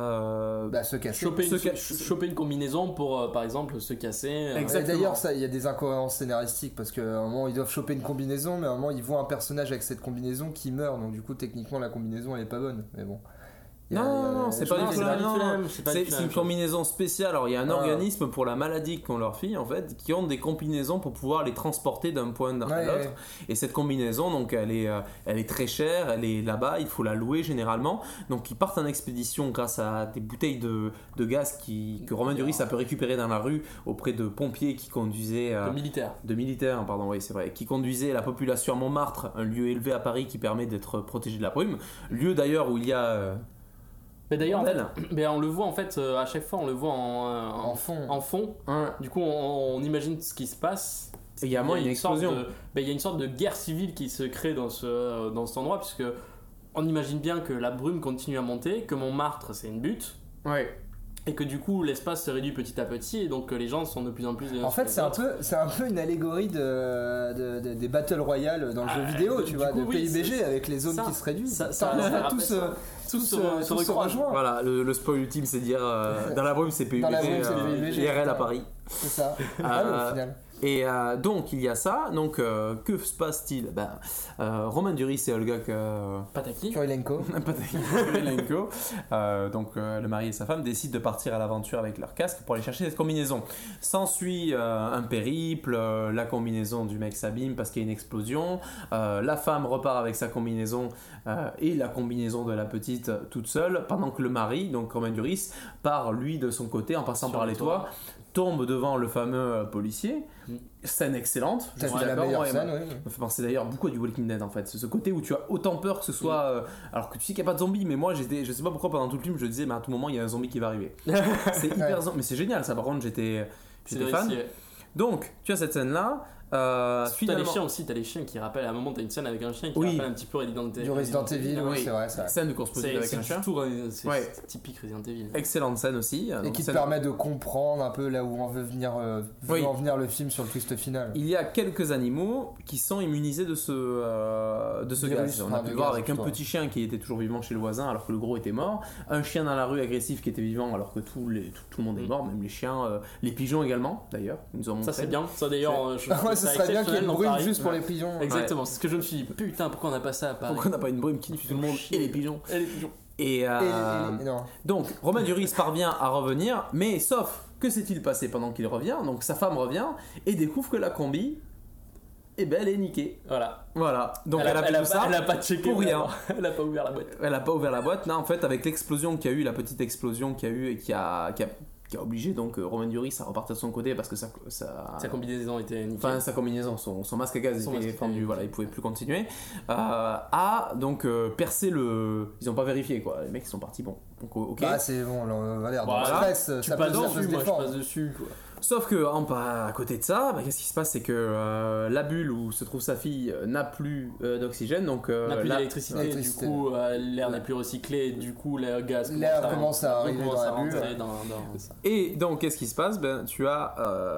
se casser. Choper une combinaison pour par exemple se casser. D'ailleurs, il y a des incohérences scénaristiques parce qu'à un moment ils doivent choper une combinaison, mais à un moment ils voient un personnage avec cette combinaison qui meurt, donc du coup techniquement la combinaison elle est pas bonne, mais bon. Non, c'est pas du tout la même. C'est une combinaison spéciale. Alors il y a un organisme pour la maladie qu'ont leurs filles en fait, qui ont des combinaisons pour pouvoir les transporter d'un point à l'autre. Et cette combinaison, donc elle est très chère, elle est là-bas, il faut la louer généralement. Donc ils partent en expédition grâce à des bouteilles de gaz que Romain Duris a pu récupérer dans la rue auprès de pompiers qui conduisaient de militaires, pardon, oui c'est vrai, qui conduisaient la population à Montmartre, un lieu élevé à Paris qui permet d'être protégé de la brume. Lieu d'ailleurs où il y a mais d'ailleurs, on le voit en fait à chaque fois, on le voit en fond. Du coup, on imagine ce qui se passe. Et il y a une explosion. Il y a une sorte de guerre civile qui se crée dans cet endroit, puisque on imagine bien que la brume continue à monter, que Montmartre c'est une butte. Ouais. Et que du coup l'espace se réduit petit à petit et donc les gens sont de plus en plus... En fait c'est un peu une allégorie des Battle Royale dans le jeu vidéo, tu vois, de PUBG avec les zones qui se réduisent. Tous se rejoignent. Voilà, le spoil ultime c'est dire dans la brume c'est PUBG, IRL à Paris. C'est ça, au final. Et donc il y a ça, donc que se passe-t-il? Romain Duris et Olga Kurylenko, donc le mari et sa femme décident de partir à l'aventure avec leur casque pour aller chercher cette combinaison. S'ensuit un périple, la combinaison du mec s'abîme parce qu'il y a une explosion, la femme repart avec sa combinaison et la combinaison de la petite toute seule, pendant que le mari, donc Romain Duris, part lui de son côté en passant par les toits, tombe devant le fameux policier. Scène excellente, je suis d'accord. Ça me fait penser d'ailleurs beaucoup à du Walking Dead en fait. Ce côté où tu as autant peur que ce soit. Alors que tu sais qu'il n'y a pas de zombies, mais moi je sais pas pourquoi pendant tout le film je disais, mais à tout moment il y a un zombie qui va arriver. C'est hyper. Mais c'est génial ça, par contre j'étais fan. Donc tu as cette scène là. T'as les chiens aussi, t'as les chiens qui rappellent, à un moment t'as une scène avec un chien qui rappelle un petit peu Resident Evil. Du Resident Evil, oui, c'est vrai. Scène de course poursuite avec un chien. C'est typique Resident Evil. Excellente scène aussi. Et qui te permet de comprendre un peu là où on veut en venir le film sur le twist final. Il y a quelques animaux qui sont immunisés de ce gaz. On a pu le voir avec un petit chien qui était toujours vivant chez le voisin alors que le gros était mort. Un chien dans la rue agressif qui était vivant alors que tout le monde est mort, même les chiens, les pigeons également d'ailleurs. Ça c'est bien, ça d'ailleurs. Ce serait bien qu'il y ait une brume juste pour les pigeons. Exactement, c'est ce que je me suis dit. Putain, pourquoi on n'a pas ça à Paris? Pourquoi on n'a pas une brume qui tue tout le monde et les pigeons? Et non. Donc, Romain Duris parvient à revenir, mais sauf que s'est-il passé pendant qu'il revient? Donc, sa femme revient et découvre que la combi, elle est niquée. Voilà. Donc, elle a pas checké pour rien. Elle a pas ouvert la boîte. Elle a pas ouvert la boîte. Non, en fait, avec l'explosion qu'il y a eu, la petite explosion qu'il y a eu et qui qui a obligé donc Romain Duris à repartir de son côté parce que sa combinaison était nickel. Enfin, sa combinaison, son masque à gaz était fendu, voilà, il pouvait plus continuer. A donc percé le. Ils ont pas vérifié quoi, les mecs ils sont partis, bon. Donc, ok. Bah, c'est bon, dans le stress, tu ça passes peut dessus, se moi je défendre. passe dessus quoi. Sauf que à côté de ça, qu'est-ce qui se passe, c'est que la bulle où se trouve sa fille n'a plus d'oxygène, donc n'a plus d'électricité, du coup l'air n'est plus recyclé, du coup le gaz commence à arriver dans la bulle. Et donc qu'est-ce qui se passe, tu as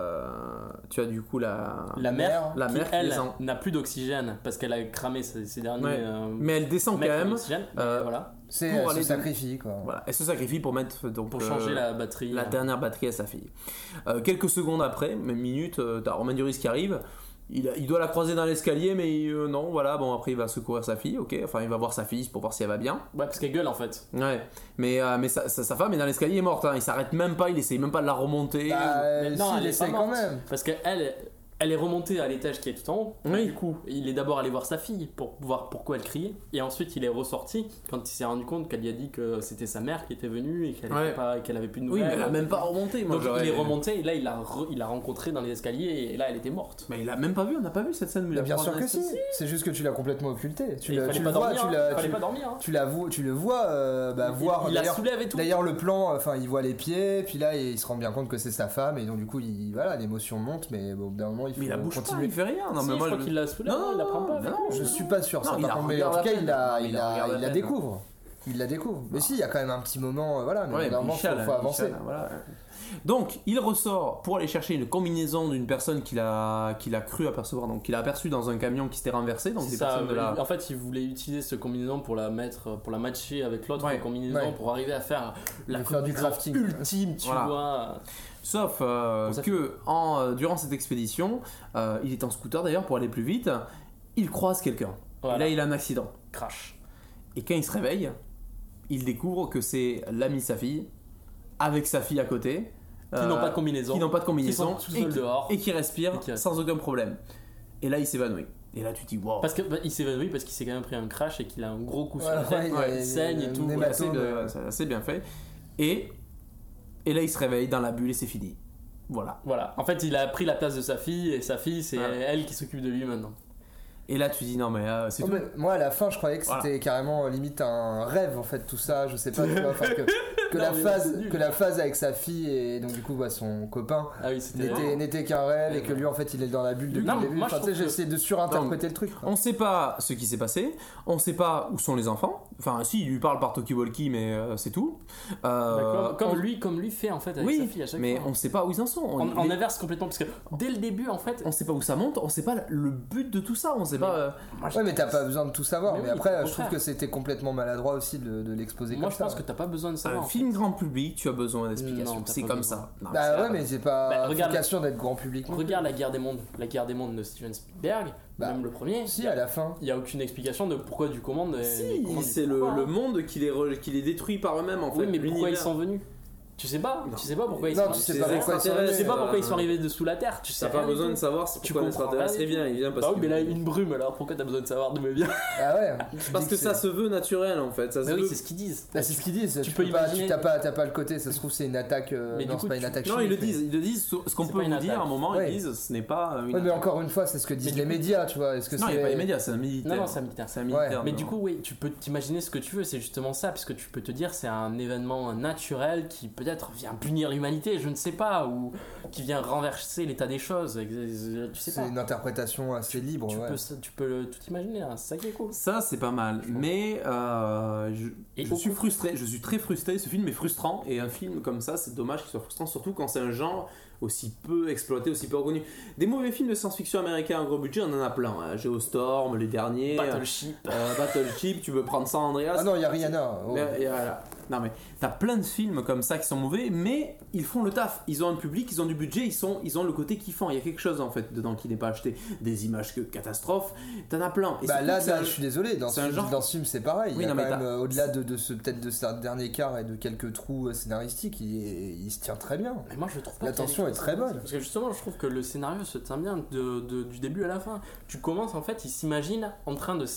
du coup la mère qui elle n'a plus d'oxygène parce qu'elle a cramé ces derniers mais elle descend quand même voilà. Elle se sacrifie quoi. Voilà, elle se sacrifie pour mettre pour changer la batterie, la dernière batterie à sa fille. Quelques secondes après, même minutes, t'as Romain Duris qui arrive. Il doit la croiser dans l'escalier, mais non, voilà. Bon, après il va secourir sa fille, ok. Enfin, il va voir sa fille pour voir si elle va bien. Ouais, parce qu'elle gueule en fait. Ouais, mais sa femme est dans l'escalier, est morte. Hein. Il s'arrête même pas, il essaye même pas de la remonter. Non, elle essaye quand même. Parce qu'elle. Elle est remontée à l'étage qui est tout en haut. Oui. Du coup, il est d'abord allé voir sa fille pour voir pourquoi elle criait. Et ensuite, il est ressorti quand il s'est rendu compte qu'elle lui a dit que c'était sa mère qui était venue et qu'elle avait plus de nouvelles. Oui, mais elle a même pas remonté. Donc il est remonté et là, il l'a rencontrée dans les escaliers et là, elle était morte. Mais il a même pas vu, on n'a pas vu cette scène. Mais bien sûr que si. C'est juste que tu l'as complètement occulté. Il fallait pas dormir. Tu le vois voir. Il la soulève et tout. D'ailleurs, le plan, enfin, il voit les pieds, puis là, il se rend bien compte que c'est sa femme et donc du coup, l'émotion monte, mais au bout d'un moment, il faut continuer. Il fait rien. Non, mais moi, je crois qu'il la soulève. Non, il la prend pas. Je suis pas sûr. Ça, mais en tout cas, il la découvre. Il la découvre. Mais si, il y a quand même un petit moment, voilà. Mais normalement, faut avancer. Voilà. Donc, il ressort pour aller chercher une combinaison d'une personne qu'il a cru apercevoir, donc qu'il a aperçu dans un camion qui s'était renversé. Donc En fait, il voulait utiliser cette combinaison pour la matcher avec l'autre combinaison pour arriver à faire du crafting ultime, tu vois. Sauf que durant cette expédition, il est en scooter d'ailleurs pour aller plus vite. Il croise quelqu'un. Voilà. Et là, il a un accident. Crash. Et quand il se réveille, il découvre que c'est l'ami de sa fille, avec sa fille à côté. Qui n'ont pas de combinaison. Qui sont tout seuls dehors. Et qui respirent sans aucun problème. Et là, il s'évanouit. Et là, tu te dis, wow. Parce qu'il s'évanouit parce qu'il s'est quand même pris un crash et qu'il a un gros coup sur la tête. Il saigne et tout. C'est assez bien fait. Et là, il se réveille dans la bulle et c'est fini. Voilà. En fait, il a pris la place de sa fille et sa fille, c'est elle qui s'occupe de lui maintenant. Et là, tu dis non, mais c'est tout. Mais moi, à la fin, je croyais que c'était carrément limite un rêve en fait, tout ça. Je sais pas, tu vois, que la phase avec sa fille et donc du coup son copain n'était qu'un rêve et que lui en fait il est dans la bulle depuis le début. Enfin, tu sais, j'essaie de surinterpréter le truc. Quoi. On sait pas ce qui s'est passé, on sait pas où sont les enfants. Enfin, si, il lui parle par talkie-walkie, mais c'est tout. Comme lui fait en fait avec sa fille à chaque fois. Mais on sait pas où ils en sont. On inverse complètement parce que dès le début en fait, on sait pas où ça monte, on sait pas le but de tout ça, on sait pas. Mais t'as pas besoin de tout savoir. Mais après, je trouve que c'était complètement maladroit aussi de l'exposer comme ça. Moi, je pense que t'as pas besoin de savoir. Un film grand public, tu as besoin d'explications. C'est comme ça. Mais c'est pas vocation d'être grand public. Regarde La Guerre des Mondes de Steven Spielberg. Même le premier. Si, à la fin. Il y a aucune explication de pourquoi du commande. C'est le monde qui les détruit par eux-mêmes en fait. Oui, mais pourquoi ils sont venus? Tu sais pas pourquoi ils sont arrivés. Tu sais pas pourquoi ils sont arrivés dessous la Terre. Tu sais pas besoin de savoir pourquoi l'extraterrestre vient. Il vient parce que. Mais là, une brume alors pourquoi t'as besoin de savoir d'où elle vient? Ah ouais. Parce que ça se veut naturel en fait. Mais oui, c'est ce qu'ils disent. C'est ce qu'ils disent. Tu peux imaginer. T'as pas le côté, ça se trouve, c'est une attaque. Non, c'est pas une attaque. Non, ils le disent. Ce qu'on peut vous dire à un moment, ils disent ce n'est pas une. Oui, mais encore une fois, c'est ce que disent les médias, tu vois. Non, il n'y a pas les médias, c'est un militaire. Non, c'est un militaire. Mais du coup, oui, tu peux t'imaginer ce que tu veux, c'est justement ça, puisque tu peux te dire c'est un événement naturel qui peut-être vient punir l'humanité, je ne sais pas, ou qui vient renverser l'état des choses. Tu sais c'est une interprétation assez libre. Tu peux tout imaginer, hein. C'est ça qui est cool. Ça, c'est pas mal. Mais je suis frustré. Je suis très frustré. Ce film est frustrant. Et un film comme ça, c'est dommage qu'il soit frustrant, surtout quand c'est un genre aussi peu exploité, aussi peu reconnu. Des mauvais films de science-fiction américains à gros budget, on en a plein. Geostorm, les derniers. Battleship, tu peux prendre ça, Andreas. Ah non, il y a Rihanna. Non mais t'as plein de films comme ça qui sont mauvais, mais ils font le taf. Ils ont un public, ils ont du budget, ils ont le côté kiffant. Il y a quelque chose en fait dedans qui n'est pas acheté. Des images que catastrophes, t'en as plein. Et là, je suis désolé. Dans ce film, c'est pareil. Il y a quand même, au-delà de ce dernier quart et de quelques trous scénaristiques, il se tient très bien. Mais moi, je trouve pas. L'attention est très bonne. Parce que justement, je trouve que le scénario se tient bien du début à la fin. Tu commences en fait, il s'imagine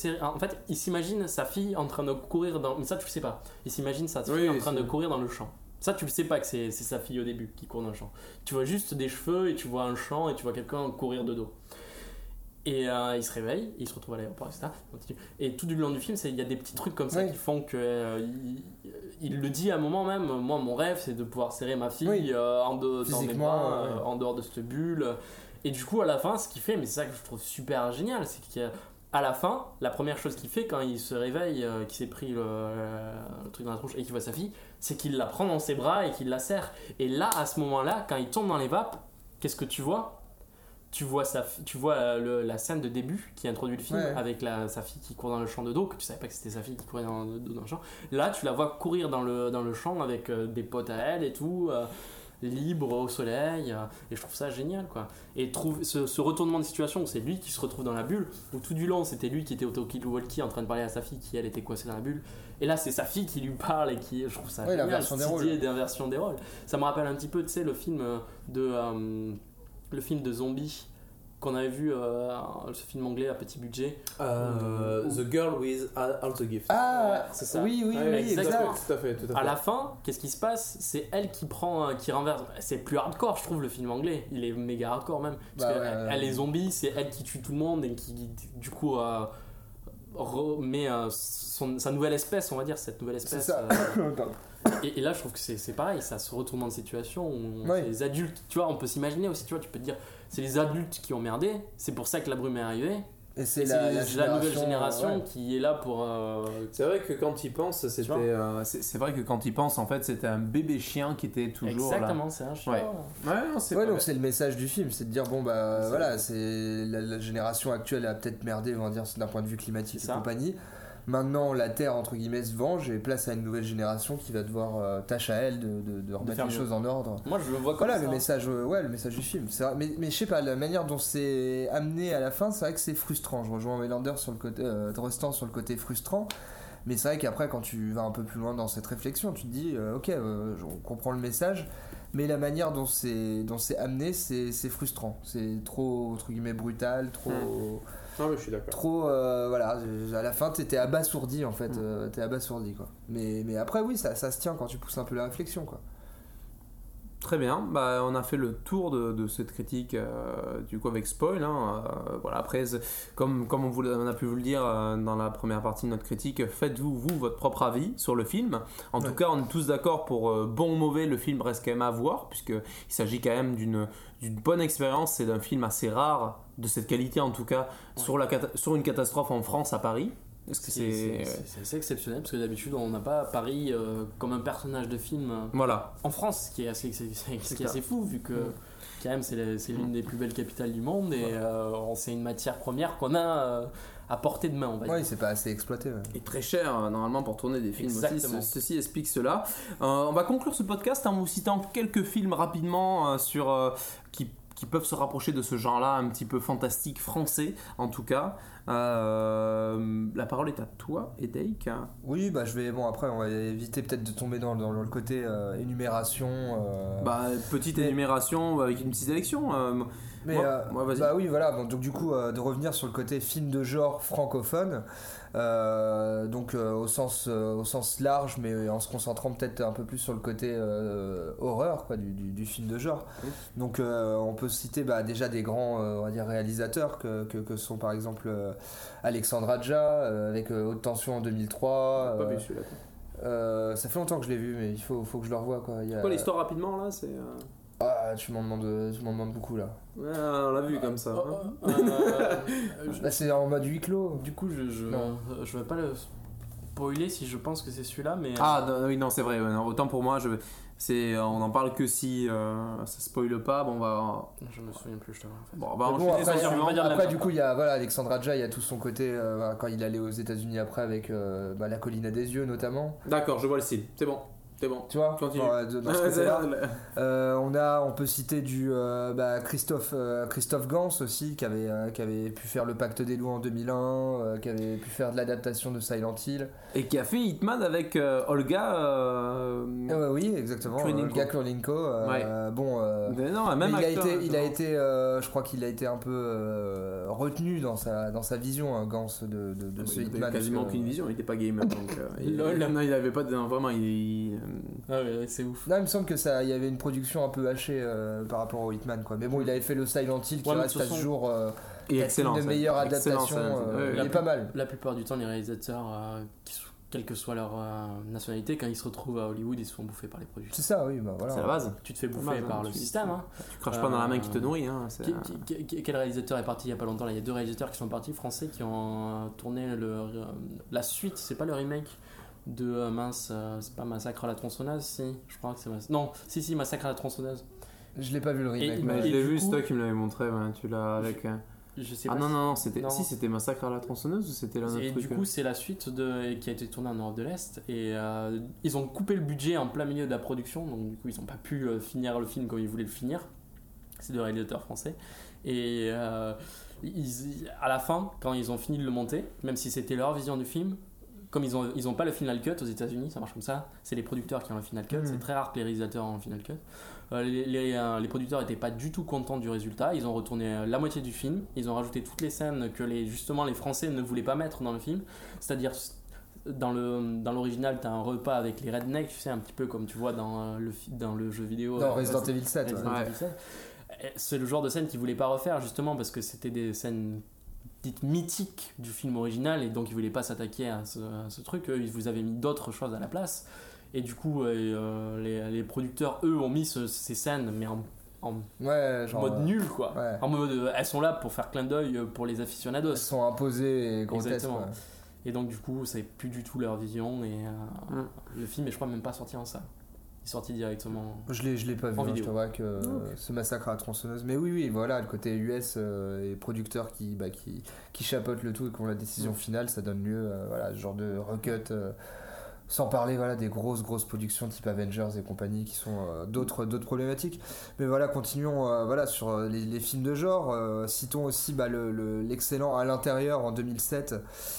sa fille en train de courir dans. Mais ça, tu sais pas. Il s'imagine sa fille en train de courir dans le champ. Ça, tu le sais pas que c'est sa fille au début qui court dans le champ. Tu vois juste des cheveux et tu vois un champ et tu vois quelqu'un courir de dos. Et il se réveille, il se retrouve à l'aéroport, etc. Et tout du long du film, il y a des petits trucs comme ça qui font que il le dit à un moment même. Moi, mon rêve, c'est de pouvoir serrer ma fille dans mes bras, en dehors de cette bulle. Et du coup, à la fin, ce qu'il fait, mais c'est ça que je trouve super génial, c'est qu'à la fin, la première chose qu'il fait quand il se réveille, qu'il s'est pris le truc dans la tronche et qu'il voit sa fille, c'est qu'il la prend dans ses bras et qu'il la serre. Et là, à ce moment-là, quand il tombe dans les vapes, qu'est-ce que tu vois ? Tu vois la scène de début qui introduit le film avec sa fille qui court dans le champ de dos, que tu savais pas que c'était sa fille qui courait dans le champ. Là, tu la vois courir dans le champ avec des potes à elle et tout, libre au soleil, et je trouve ça génial, quoi. Et ce retournement de situation où c'est lui qui se retrouve dans la bulle, où tout du long c'était lui qui était au talkie-walkie en train de parler à sa fille qui elle était coincée dans la bulle, et là c'est sa fille qui lui parle et qui, je trouve ça génial, l'inversion des rôles. Ça me rappelle un petit peu, tu sais, le film de zombies qu'on avait vu, ce film anglais à petit budget, The Girl with All the Gifts. Ah, c'est ça. Oui, exactement. Tout à fait. À la fin, qu'est-ce qui se passe ? C'est elle qui renverse. C'est plus hardcore, je trouve, le film anglais. Il est méga hardcore même. Parce elle est zombie, c'est elle qui tue tout le monde et qui, du coup, remet sa nouvelle espèce, on va dire, cette nouvelle espèce. C'est ça. Et là, je trouve que c'est pareil, ça se retournement de situation où les adultes, tu vois, on peut s'imaginer aussi, tu vois, tu peux te dire, c'est les adultes qui ont merdé, c'est pour ça que la brume est arrivée. Et c'est la nouvelle génération qui est là pour. C'est vrai que quand il pense, c'est vrai que quand il pense, en fait, c'était un bébé chien qui était toujours exactement, là. C'est un chien. Donc c'est le message du film, c'est de dire bon bah voilà, c'est la génération actuelle a peut-être merdé, on va dire, d'un point de vue climatique et compagnie. Maintenant, la Terre, entre guillemets, se venge et place à une nouvelle génération qui va devoir, tâche à elle de remettre les choses en ordre. Moi, je le vois comme ça. Le message du film. C'est vrai, mais je sais pas, la manière dont c'est amené à la fin, c'est vrai que c'est frustrant. Je rejoins Melander sur le côté, Drestan sur le côté frustrant. Mais c'est vrai qu'après, quand tu vas un peu plus loin dans cette réflexion, tu te dis, on comprend le message, mais la manière dont c'est amené, c'est frustrant. C'est trop, entre guillemets, brutal, trop... Non, mais je suis d'accord. Trop, à la fin t'étais abasourdi en fait, t'es abasourdi quoi. Mais après oui, ça se tient quand tu pousses un peu la réflexion quoi. Très bien, on a fait le tour de cette critique du coup avec spoil. Voilà, après, comme on a pu vous le dire dans la première partie de notre critique, faites-vous votre propre avis sur le film. En tout cas, on est tous d'accord pour bon ou mauvais, le film reste quand même à voir, puisqu'il s'agit quand même d'une bonne expérience, c'est d'un film assez rare, de cette qualité en tout cas, sur une catastrophe en France, à Paris. C'est assez exceptionnel parce que d'habitude on n'a pas Paris comme un personnage de film en France, ce qui est assez fou vu que quand même c'est l'une des plus belles capitales du monde et c'est une matière première qu'on a à portée de main, on va dire. Oui, c'est pas assez exploité. Et très cher normalement pour tourner des films. Exactement. Aussi. Ceci explique cela. On va conclure ce podcast en vous citant quelques films rapidement qui peuvent se rapprocher de ce genre-là, un petit peu fantastique français en tout cas. La parole est à toi, Edeik. Oui, après on va éviter peut-être de tomber dans le côté énumération. Petite énumération avec une petite sélection. Vas-y. Oui, voilà. Bon, donc du coup, de revenir sur le côté film de genre francophone. Au sens large, mais en se concentrant peut-être un peu plus sur le côté horreur quoi, du film de genre. Oui. Donc on peut citer déjà des grands on va dire réalisateurs que sont par exemple Alexandre Aja avec Haute Tension en 2003. Pas vu celui-là. Ça fait longtemps que je l'ai vu, mais il faut que je le revoie quoi. Quoi l'histoire rapidement là, c'est tu m'en demandes beaucoup là. Ouais, on l'a vu comme ça. C'est en mode huis clos. Du coup, je vais pas le spoiler si je pense que c'est celui-là, mais. Non, c'est vrai. Autant pour moi, on en parle que si ça spoile pas. Je me souviens plus, je te après, du coup, il y a Alexandre Aja, il y a tout son côté quand il allait aux États-Unis après avec La Colline à des yeux notamment. D'accord, je vois le style. C'est bon. Tu vois, dans ce côté-là. On peut citer Christophe Gans aussi qui avait pu faire Le Pacte des loups en 2001, qui avait pu faire de l'adaptation de Silent Hill et qui a fait Hitman avec Olga oui exactement, Olga Kurylenko. Il a été je crois qu'il a été un peu retenu dans sa vision Gans de ce Hitman. Il avait quasiment aucune vision, il était pas gamer donc il avait pas vraiment c'est ouf. Là, il me semble que ça, il y avait une production un peu hachée par rapport au Hitman, quoi. Mais bon, il avait fait le Silent Hill qui reste à ce jour et excellent, une des meilleures adaptations. Il est pas mal. La plupart du temps, les réalisateurs, quelle que soit leur nationalité, quand ils se retrouvent à Hollywood, ils se font bouffer par les producteurs. C'est ça, oui, bah voilà. C'est la base. Tu te fais bouffer par le système. Tu craches pas dans la main qui te nourrit. Quel réalisateur est parti il y a pas longtemps là? Il y a 2 réalisateurs qui sont partis, français, qui ont tourné la suite, c'est pas le remake de c'est pas Massacre à la tronçonneuse, si, je crois que c'est si, Massacre à la tronçonneuse. Je l'ai pas vu le remake. Je l'ai vu, c'est toi qui me l'avais montré, tu l'as avec... Je sais pas. Non, c'était Massacre à la tronçonneuse ou c'était l'un autre truc? Et du coup, c'est la suite qui a été tournée en Europe de l'Est. Et ils ont coupé le budget en plein milieu de la production. Donc, du coup, ils n'ont pas pu finir le film comme ils voulaient le finir. C'est 2 réalisateurs français. Et à la fin, quand ils ont fini de le monter, même si c'était leur vision du film, comme ils ont pas le final cut aux États-Unis, ça marche comme ça. C'est les producteurs qui ont le final cut. C'est très rare que les réalisateurs ont le final cut. Les producteurs n'étaient pas du tout contents du résultat. Ils ont retourné la moitié du film. Ils ont rajouté toutes les scènes que justement les Français ne voulaient pas mettre dans le film. C'est-à-dire, dans l'original, tu as un repas avec les rednecks, tu sais, un petit peu comme tu vois dans le jeu vidéo. Dans Resident Evil 7. Evil 7. C'est le genre de scène qu'ils ne voulaient pas refaire, justement, parce que c'était des scènes dites mythiques du film original, et donc ils ne voulaient pas s'attaquer à ce truc. Ils vous avaient mis d'autres choses à la place. Et du coup, les producteurs, eux, ont mis ces scènes, mais en mode nul, quoi. Ouais. En mode, elles sont là pour faire clin d'œil pour les aficionados. Elles sont imposées et grotesques. Et donc, du coup, c'est plus du tout leur vision. Et le film est, je crois, même pas sorti en salle. Il est sorti directement. Je l'ai pas vu, je t'avoue que ce Massacre à la tronçonneuse. Mais oui, voilà, le côté US et producteurs qui chapeautent le tout et qui ont la décision finale, ça donne lieu à ce genre de recut. Sans parler des grosses productions type Avengers et compagnie qui sont d'autres problématiques. Mais voilà, continuons sur les films de genre. Citons aussi l'excellent À l'intérieur en 2007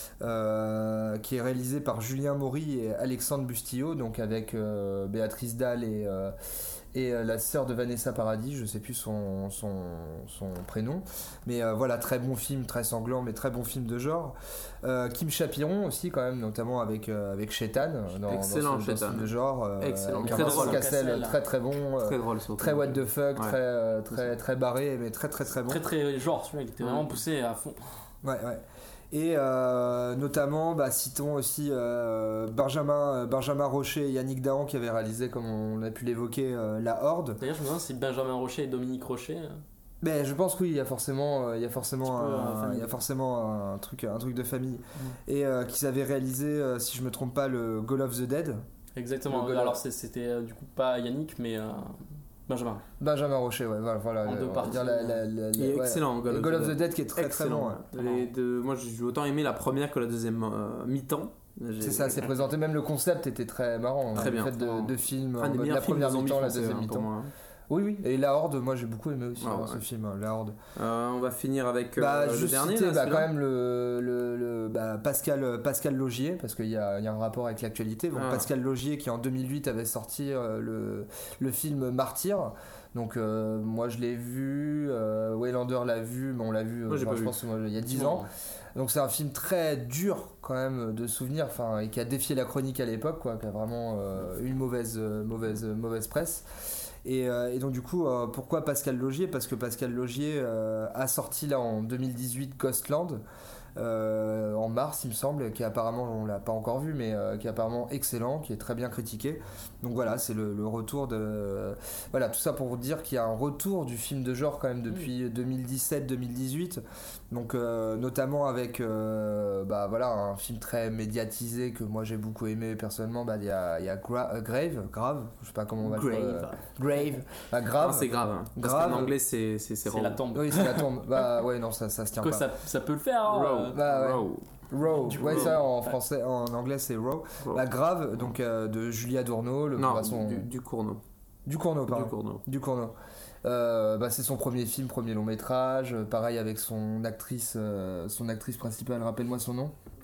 qui est réalisé par Julien Maury et Alexandre Bustillo, donc avec Béatrice Dalle et la sœur de Vanessa Paradis, je sais plus son prénom, mais très bon film, très sanglant, mais très bon film de genre. Kim Chapiron aussi quand même, notamment avec Shaitan dans ce film de genre. Excellent, très drôle. Cassel, très bon, très drôle, surtout. Très what the fuck, très barré, mais très bon. Très genre, celui-là il était vraiment poussé à fond. Ouais. Et notamment citons aussi Benjamin Rocher et Yannick Dahan qui avaient réalisé, comme on a pu l'évoquer, La Horde. D'ailleurs je me demande si Benjamin Rocher et Dominique Rocher mais je pense que oui, il y a forcément un truc de famille. Et qu'ils avaient réalisé, si je me trompe pas, le Goal of the Dead. Exactement. Alors c'était du coup pas Yannick mais Benjamin Rocher, voilà. En 2 parties. Il est excellent. Goal of the Dead qui est très bon. Moi j'ai autant aimé la première que la deuxième mi-temps. C'est ça, c'est présenté, même le concept était très marrant. Très bien. Le fait de film, la première mi-temps, la deuxième mi-temps. Oui, et La Horde, moi j'ai beaucoup aimé aussi ce film, La Horde. On va finir avec le dernier. Quand même Pascal Laugier, parce qu'il y a un rapport avec l'actualité. Donc, Pascal Laugier qui en 2008 avait sorti le film Martyr. Donc moi je l'ai vu, Waylander l'a vu, mais on l'a vu je pense il y a 10 ans. Donc c'est un film très dur quand même de souvenirs, et qui a défié la chronique à l'époque, qui a vraiment eu une mauvaise presse. Et donc du coup, pourquoi Pascal Laugier ? Parce que Pascal Laugier a sorti là en 2018 Ghostland, en mars il me semble, qui apparemment, on l'a pas encore vu, mais qui est apparemment excellent, qui est très bien critiqué. Donc voilà, c'est le retour de... Voilà, tout ça pour vous dire qu'il y a un retour du film de genre quand même depuis 2017-2018. Donc notamment avec un film très médiatisé que moi j'ai beaucoup aimé personnellement. Il y a Grave, je sais pas comment on va le dire. Grave. Grave. Non, c'est grave. Parce qu'en anglais c'est la tombe. Oui, c'est la tombe. Non, ça se tient pas. Ça peut le faire. Raw. Ça en français, en anglais c'est Raw. Grave, donc de Julia Dourneau, du Cournot. Du Cournot. C'est son premier long métrage, pareil avec son actrice principale, rappelle-moi son nom.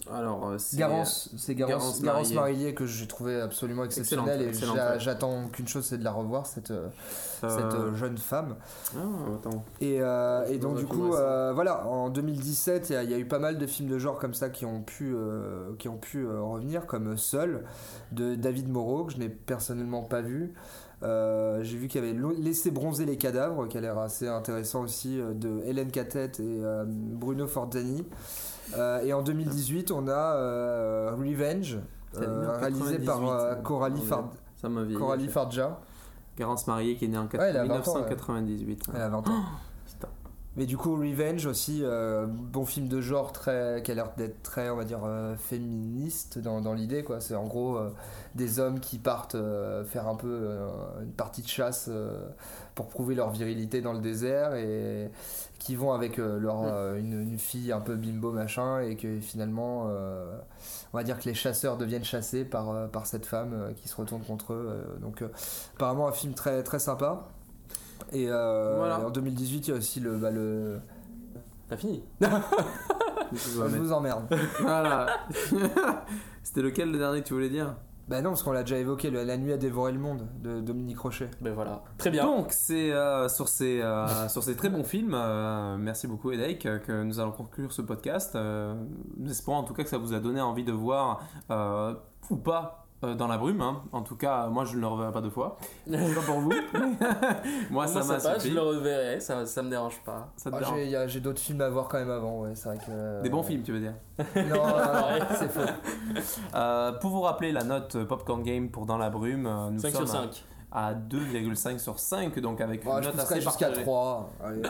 Alors, c'est Garance Marillier que j'ai trouvé absolument exceptionnelle et j'attends qu'une chose, c'est de la revoir, cette jeune femme. Attends. Et donc du coup, voilà, en 2017, il y a eu pas mal de films de genre comme ça qui ont pu revenir, comme Seul de David Moreau, que je n'ai personnellement pas vu. J'ai vu qu'il y avait Laissé bronzer les cadavres, qui a l'air assez intéressant aussi, de Hélène Cattet et Bruno Forzani. Et en 2018, on a Revenge, réalisé par Coralie Farja. Garance Marillier qui est née en 1998. Elle a 20 ans. Mais du coup, Revenge aussi, bon film de genre qui a l'air d'être très, on va dire, féministe dans l'idée, quoi. C'est en gros des hommes qui partent faire un peu une partie de chasse pour prouver leur virilité dans le désert et qui vont avec une fille un peu bimbo machin et que finalement, on va dire que les chasseurs deviennent chassés par cette femme qui se retourne contre eux. Donc apparemment un film très, très sympa. Et en 2018, il y a aussi T'as fini? Je vous emmerde. Voilà. C'était lequel le dernier que tu voulais dire? Bah non, parce qu'on l'a déjà évoqué, La nuit a dévoré le monde de Dominique Rochet. Ben voilà, très bien. Donc c'est sur ces très bons films, merci beaucoup Edaïk, que nous allons conclure ce podcast. Nous espérons en tout cas que ça vous a donné envie de voir ou pas Dans la brume, hein. En tout cas, moi je ne le reverrai pas deux fois. C'est pas pour vous. Moi ça m'a suffi. Je le reverrai, ça me dérange pas. Ça te dérange? J'ai d'autres films à voir quand même avant, ouais, c'est vrai que... Des bons films, tu veux dire? Non, c'est faux. Pour vous rappeler la note Popcorn Game pour Dans la brume, nous 5 sommes sur 5. à 2,5 sur 5, donc avec une note assez jusqu'à partagée. 3.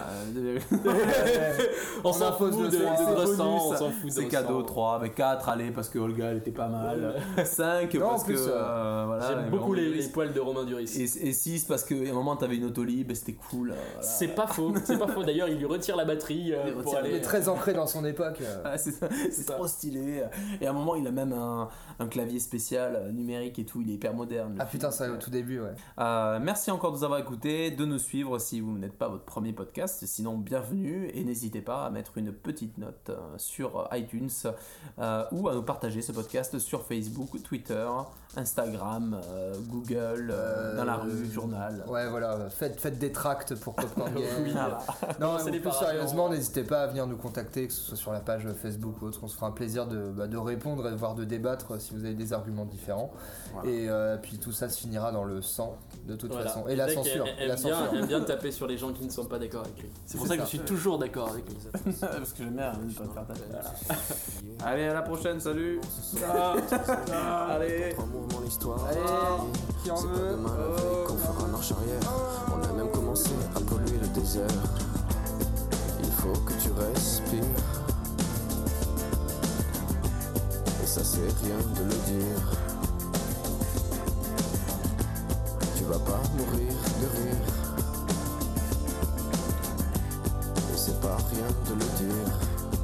On s'en fout de ressent, on s'en fout de c'est cadeau, 3, mais 4, allez, parce que Olga elle était pas mal. 5 non, parce plus, que voilà, j'aime beaucoup les poils de Romain Duris. Et 6 parce qu'à un moment t'avais une autolib et c'était cool. Voilà. C'est pas faux. D'ailleurs, il lui retire la batterie pour aller. Il est très ancré dans son époque. C'est trop stylé. Et à un moment, il a même un clavier spécial numérique et tout. Il est hyper moderne. Ah putain, ça au tout début, ouais. Merci encore de nous avoir écoutés, de nous suivre si vous n'êtes pas votre premier podcast. Sinon, bienvenue et n'hésitez pas à mettre une petite note sur iTunes ou à nous partager ce podcast sur Facebook, Twitter, Instagram, Google, dans la rue, journal. Ouais, voilà. Faites des tracts pour Popcorn Game. Oui, non, mais plus sérieusement, n'hésitez pas à venir nous contacter, que ce soit sur la page Facebook ou autre. On se fera un plaisir de répondre et voire de débattre si vous avez des arguments différents. Voilà. Et puis tout ça se finira dans le sang de toute façon. Et la censure. Aime bien taper sur les gens qui ne sont pas d'accord avec lui. C'est pour ça que je suis toujours d'accord avec lui. Parce que j'aime bien ne pas te faire taper. Voilà. Allez, à la prochaine, salut. Allez. L'histoire. Allez, qui en c'est veut. pas demain la veille qu'on fera marche arrière. On a même commencé à polluer le désert. Il faut que tu respires. Et ça c'est rien de le dire. Tu vas pas mourir de rire. Et c'est pas rien de le dire.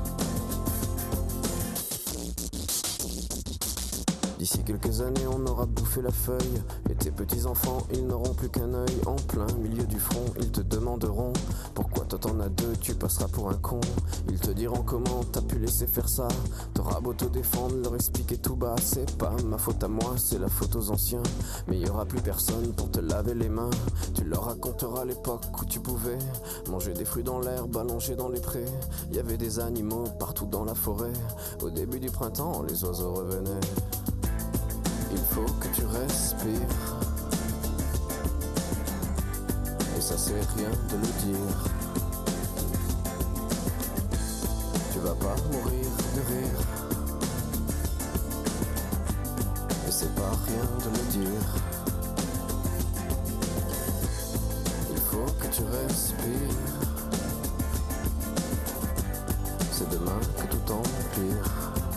D'ici quelques années, on aura bouffé la feuille. Et tes petits-enfants, ils n'auront plus qu'un œil. En plein milieu du front, ils te demanderont pourquoi toi t'en as deux, tu passeras pour un con. Ils te diront comment t'as pu laisser faire ça. T'auras beau te défendre, leur expliquer tout bas. C'est pas ma faute à moi, c'est la faute aux anciens. Mais il y aura plus personne pour te laver les mains. Tu leur raconteras l'époque où tu pouvais manger des fruits dans l'herbe, allongés dans les prés. Il y avait des animaux partout dans la forêt. Au début du printemps, les oiseaux revenaient. Il faut que tu respires. Et ça c'est rien de le dire. Tu vas pas mourir de rire. Et c'est pas rien de le dire. Il faut que tu respires. C'est demain que tout empire.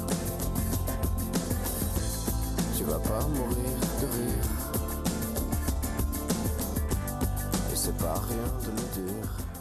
Tu vas pas mourir de rire. Et c'est pas rien de le dire.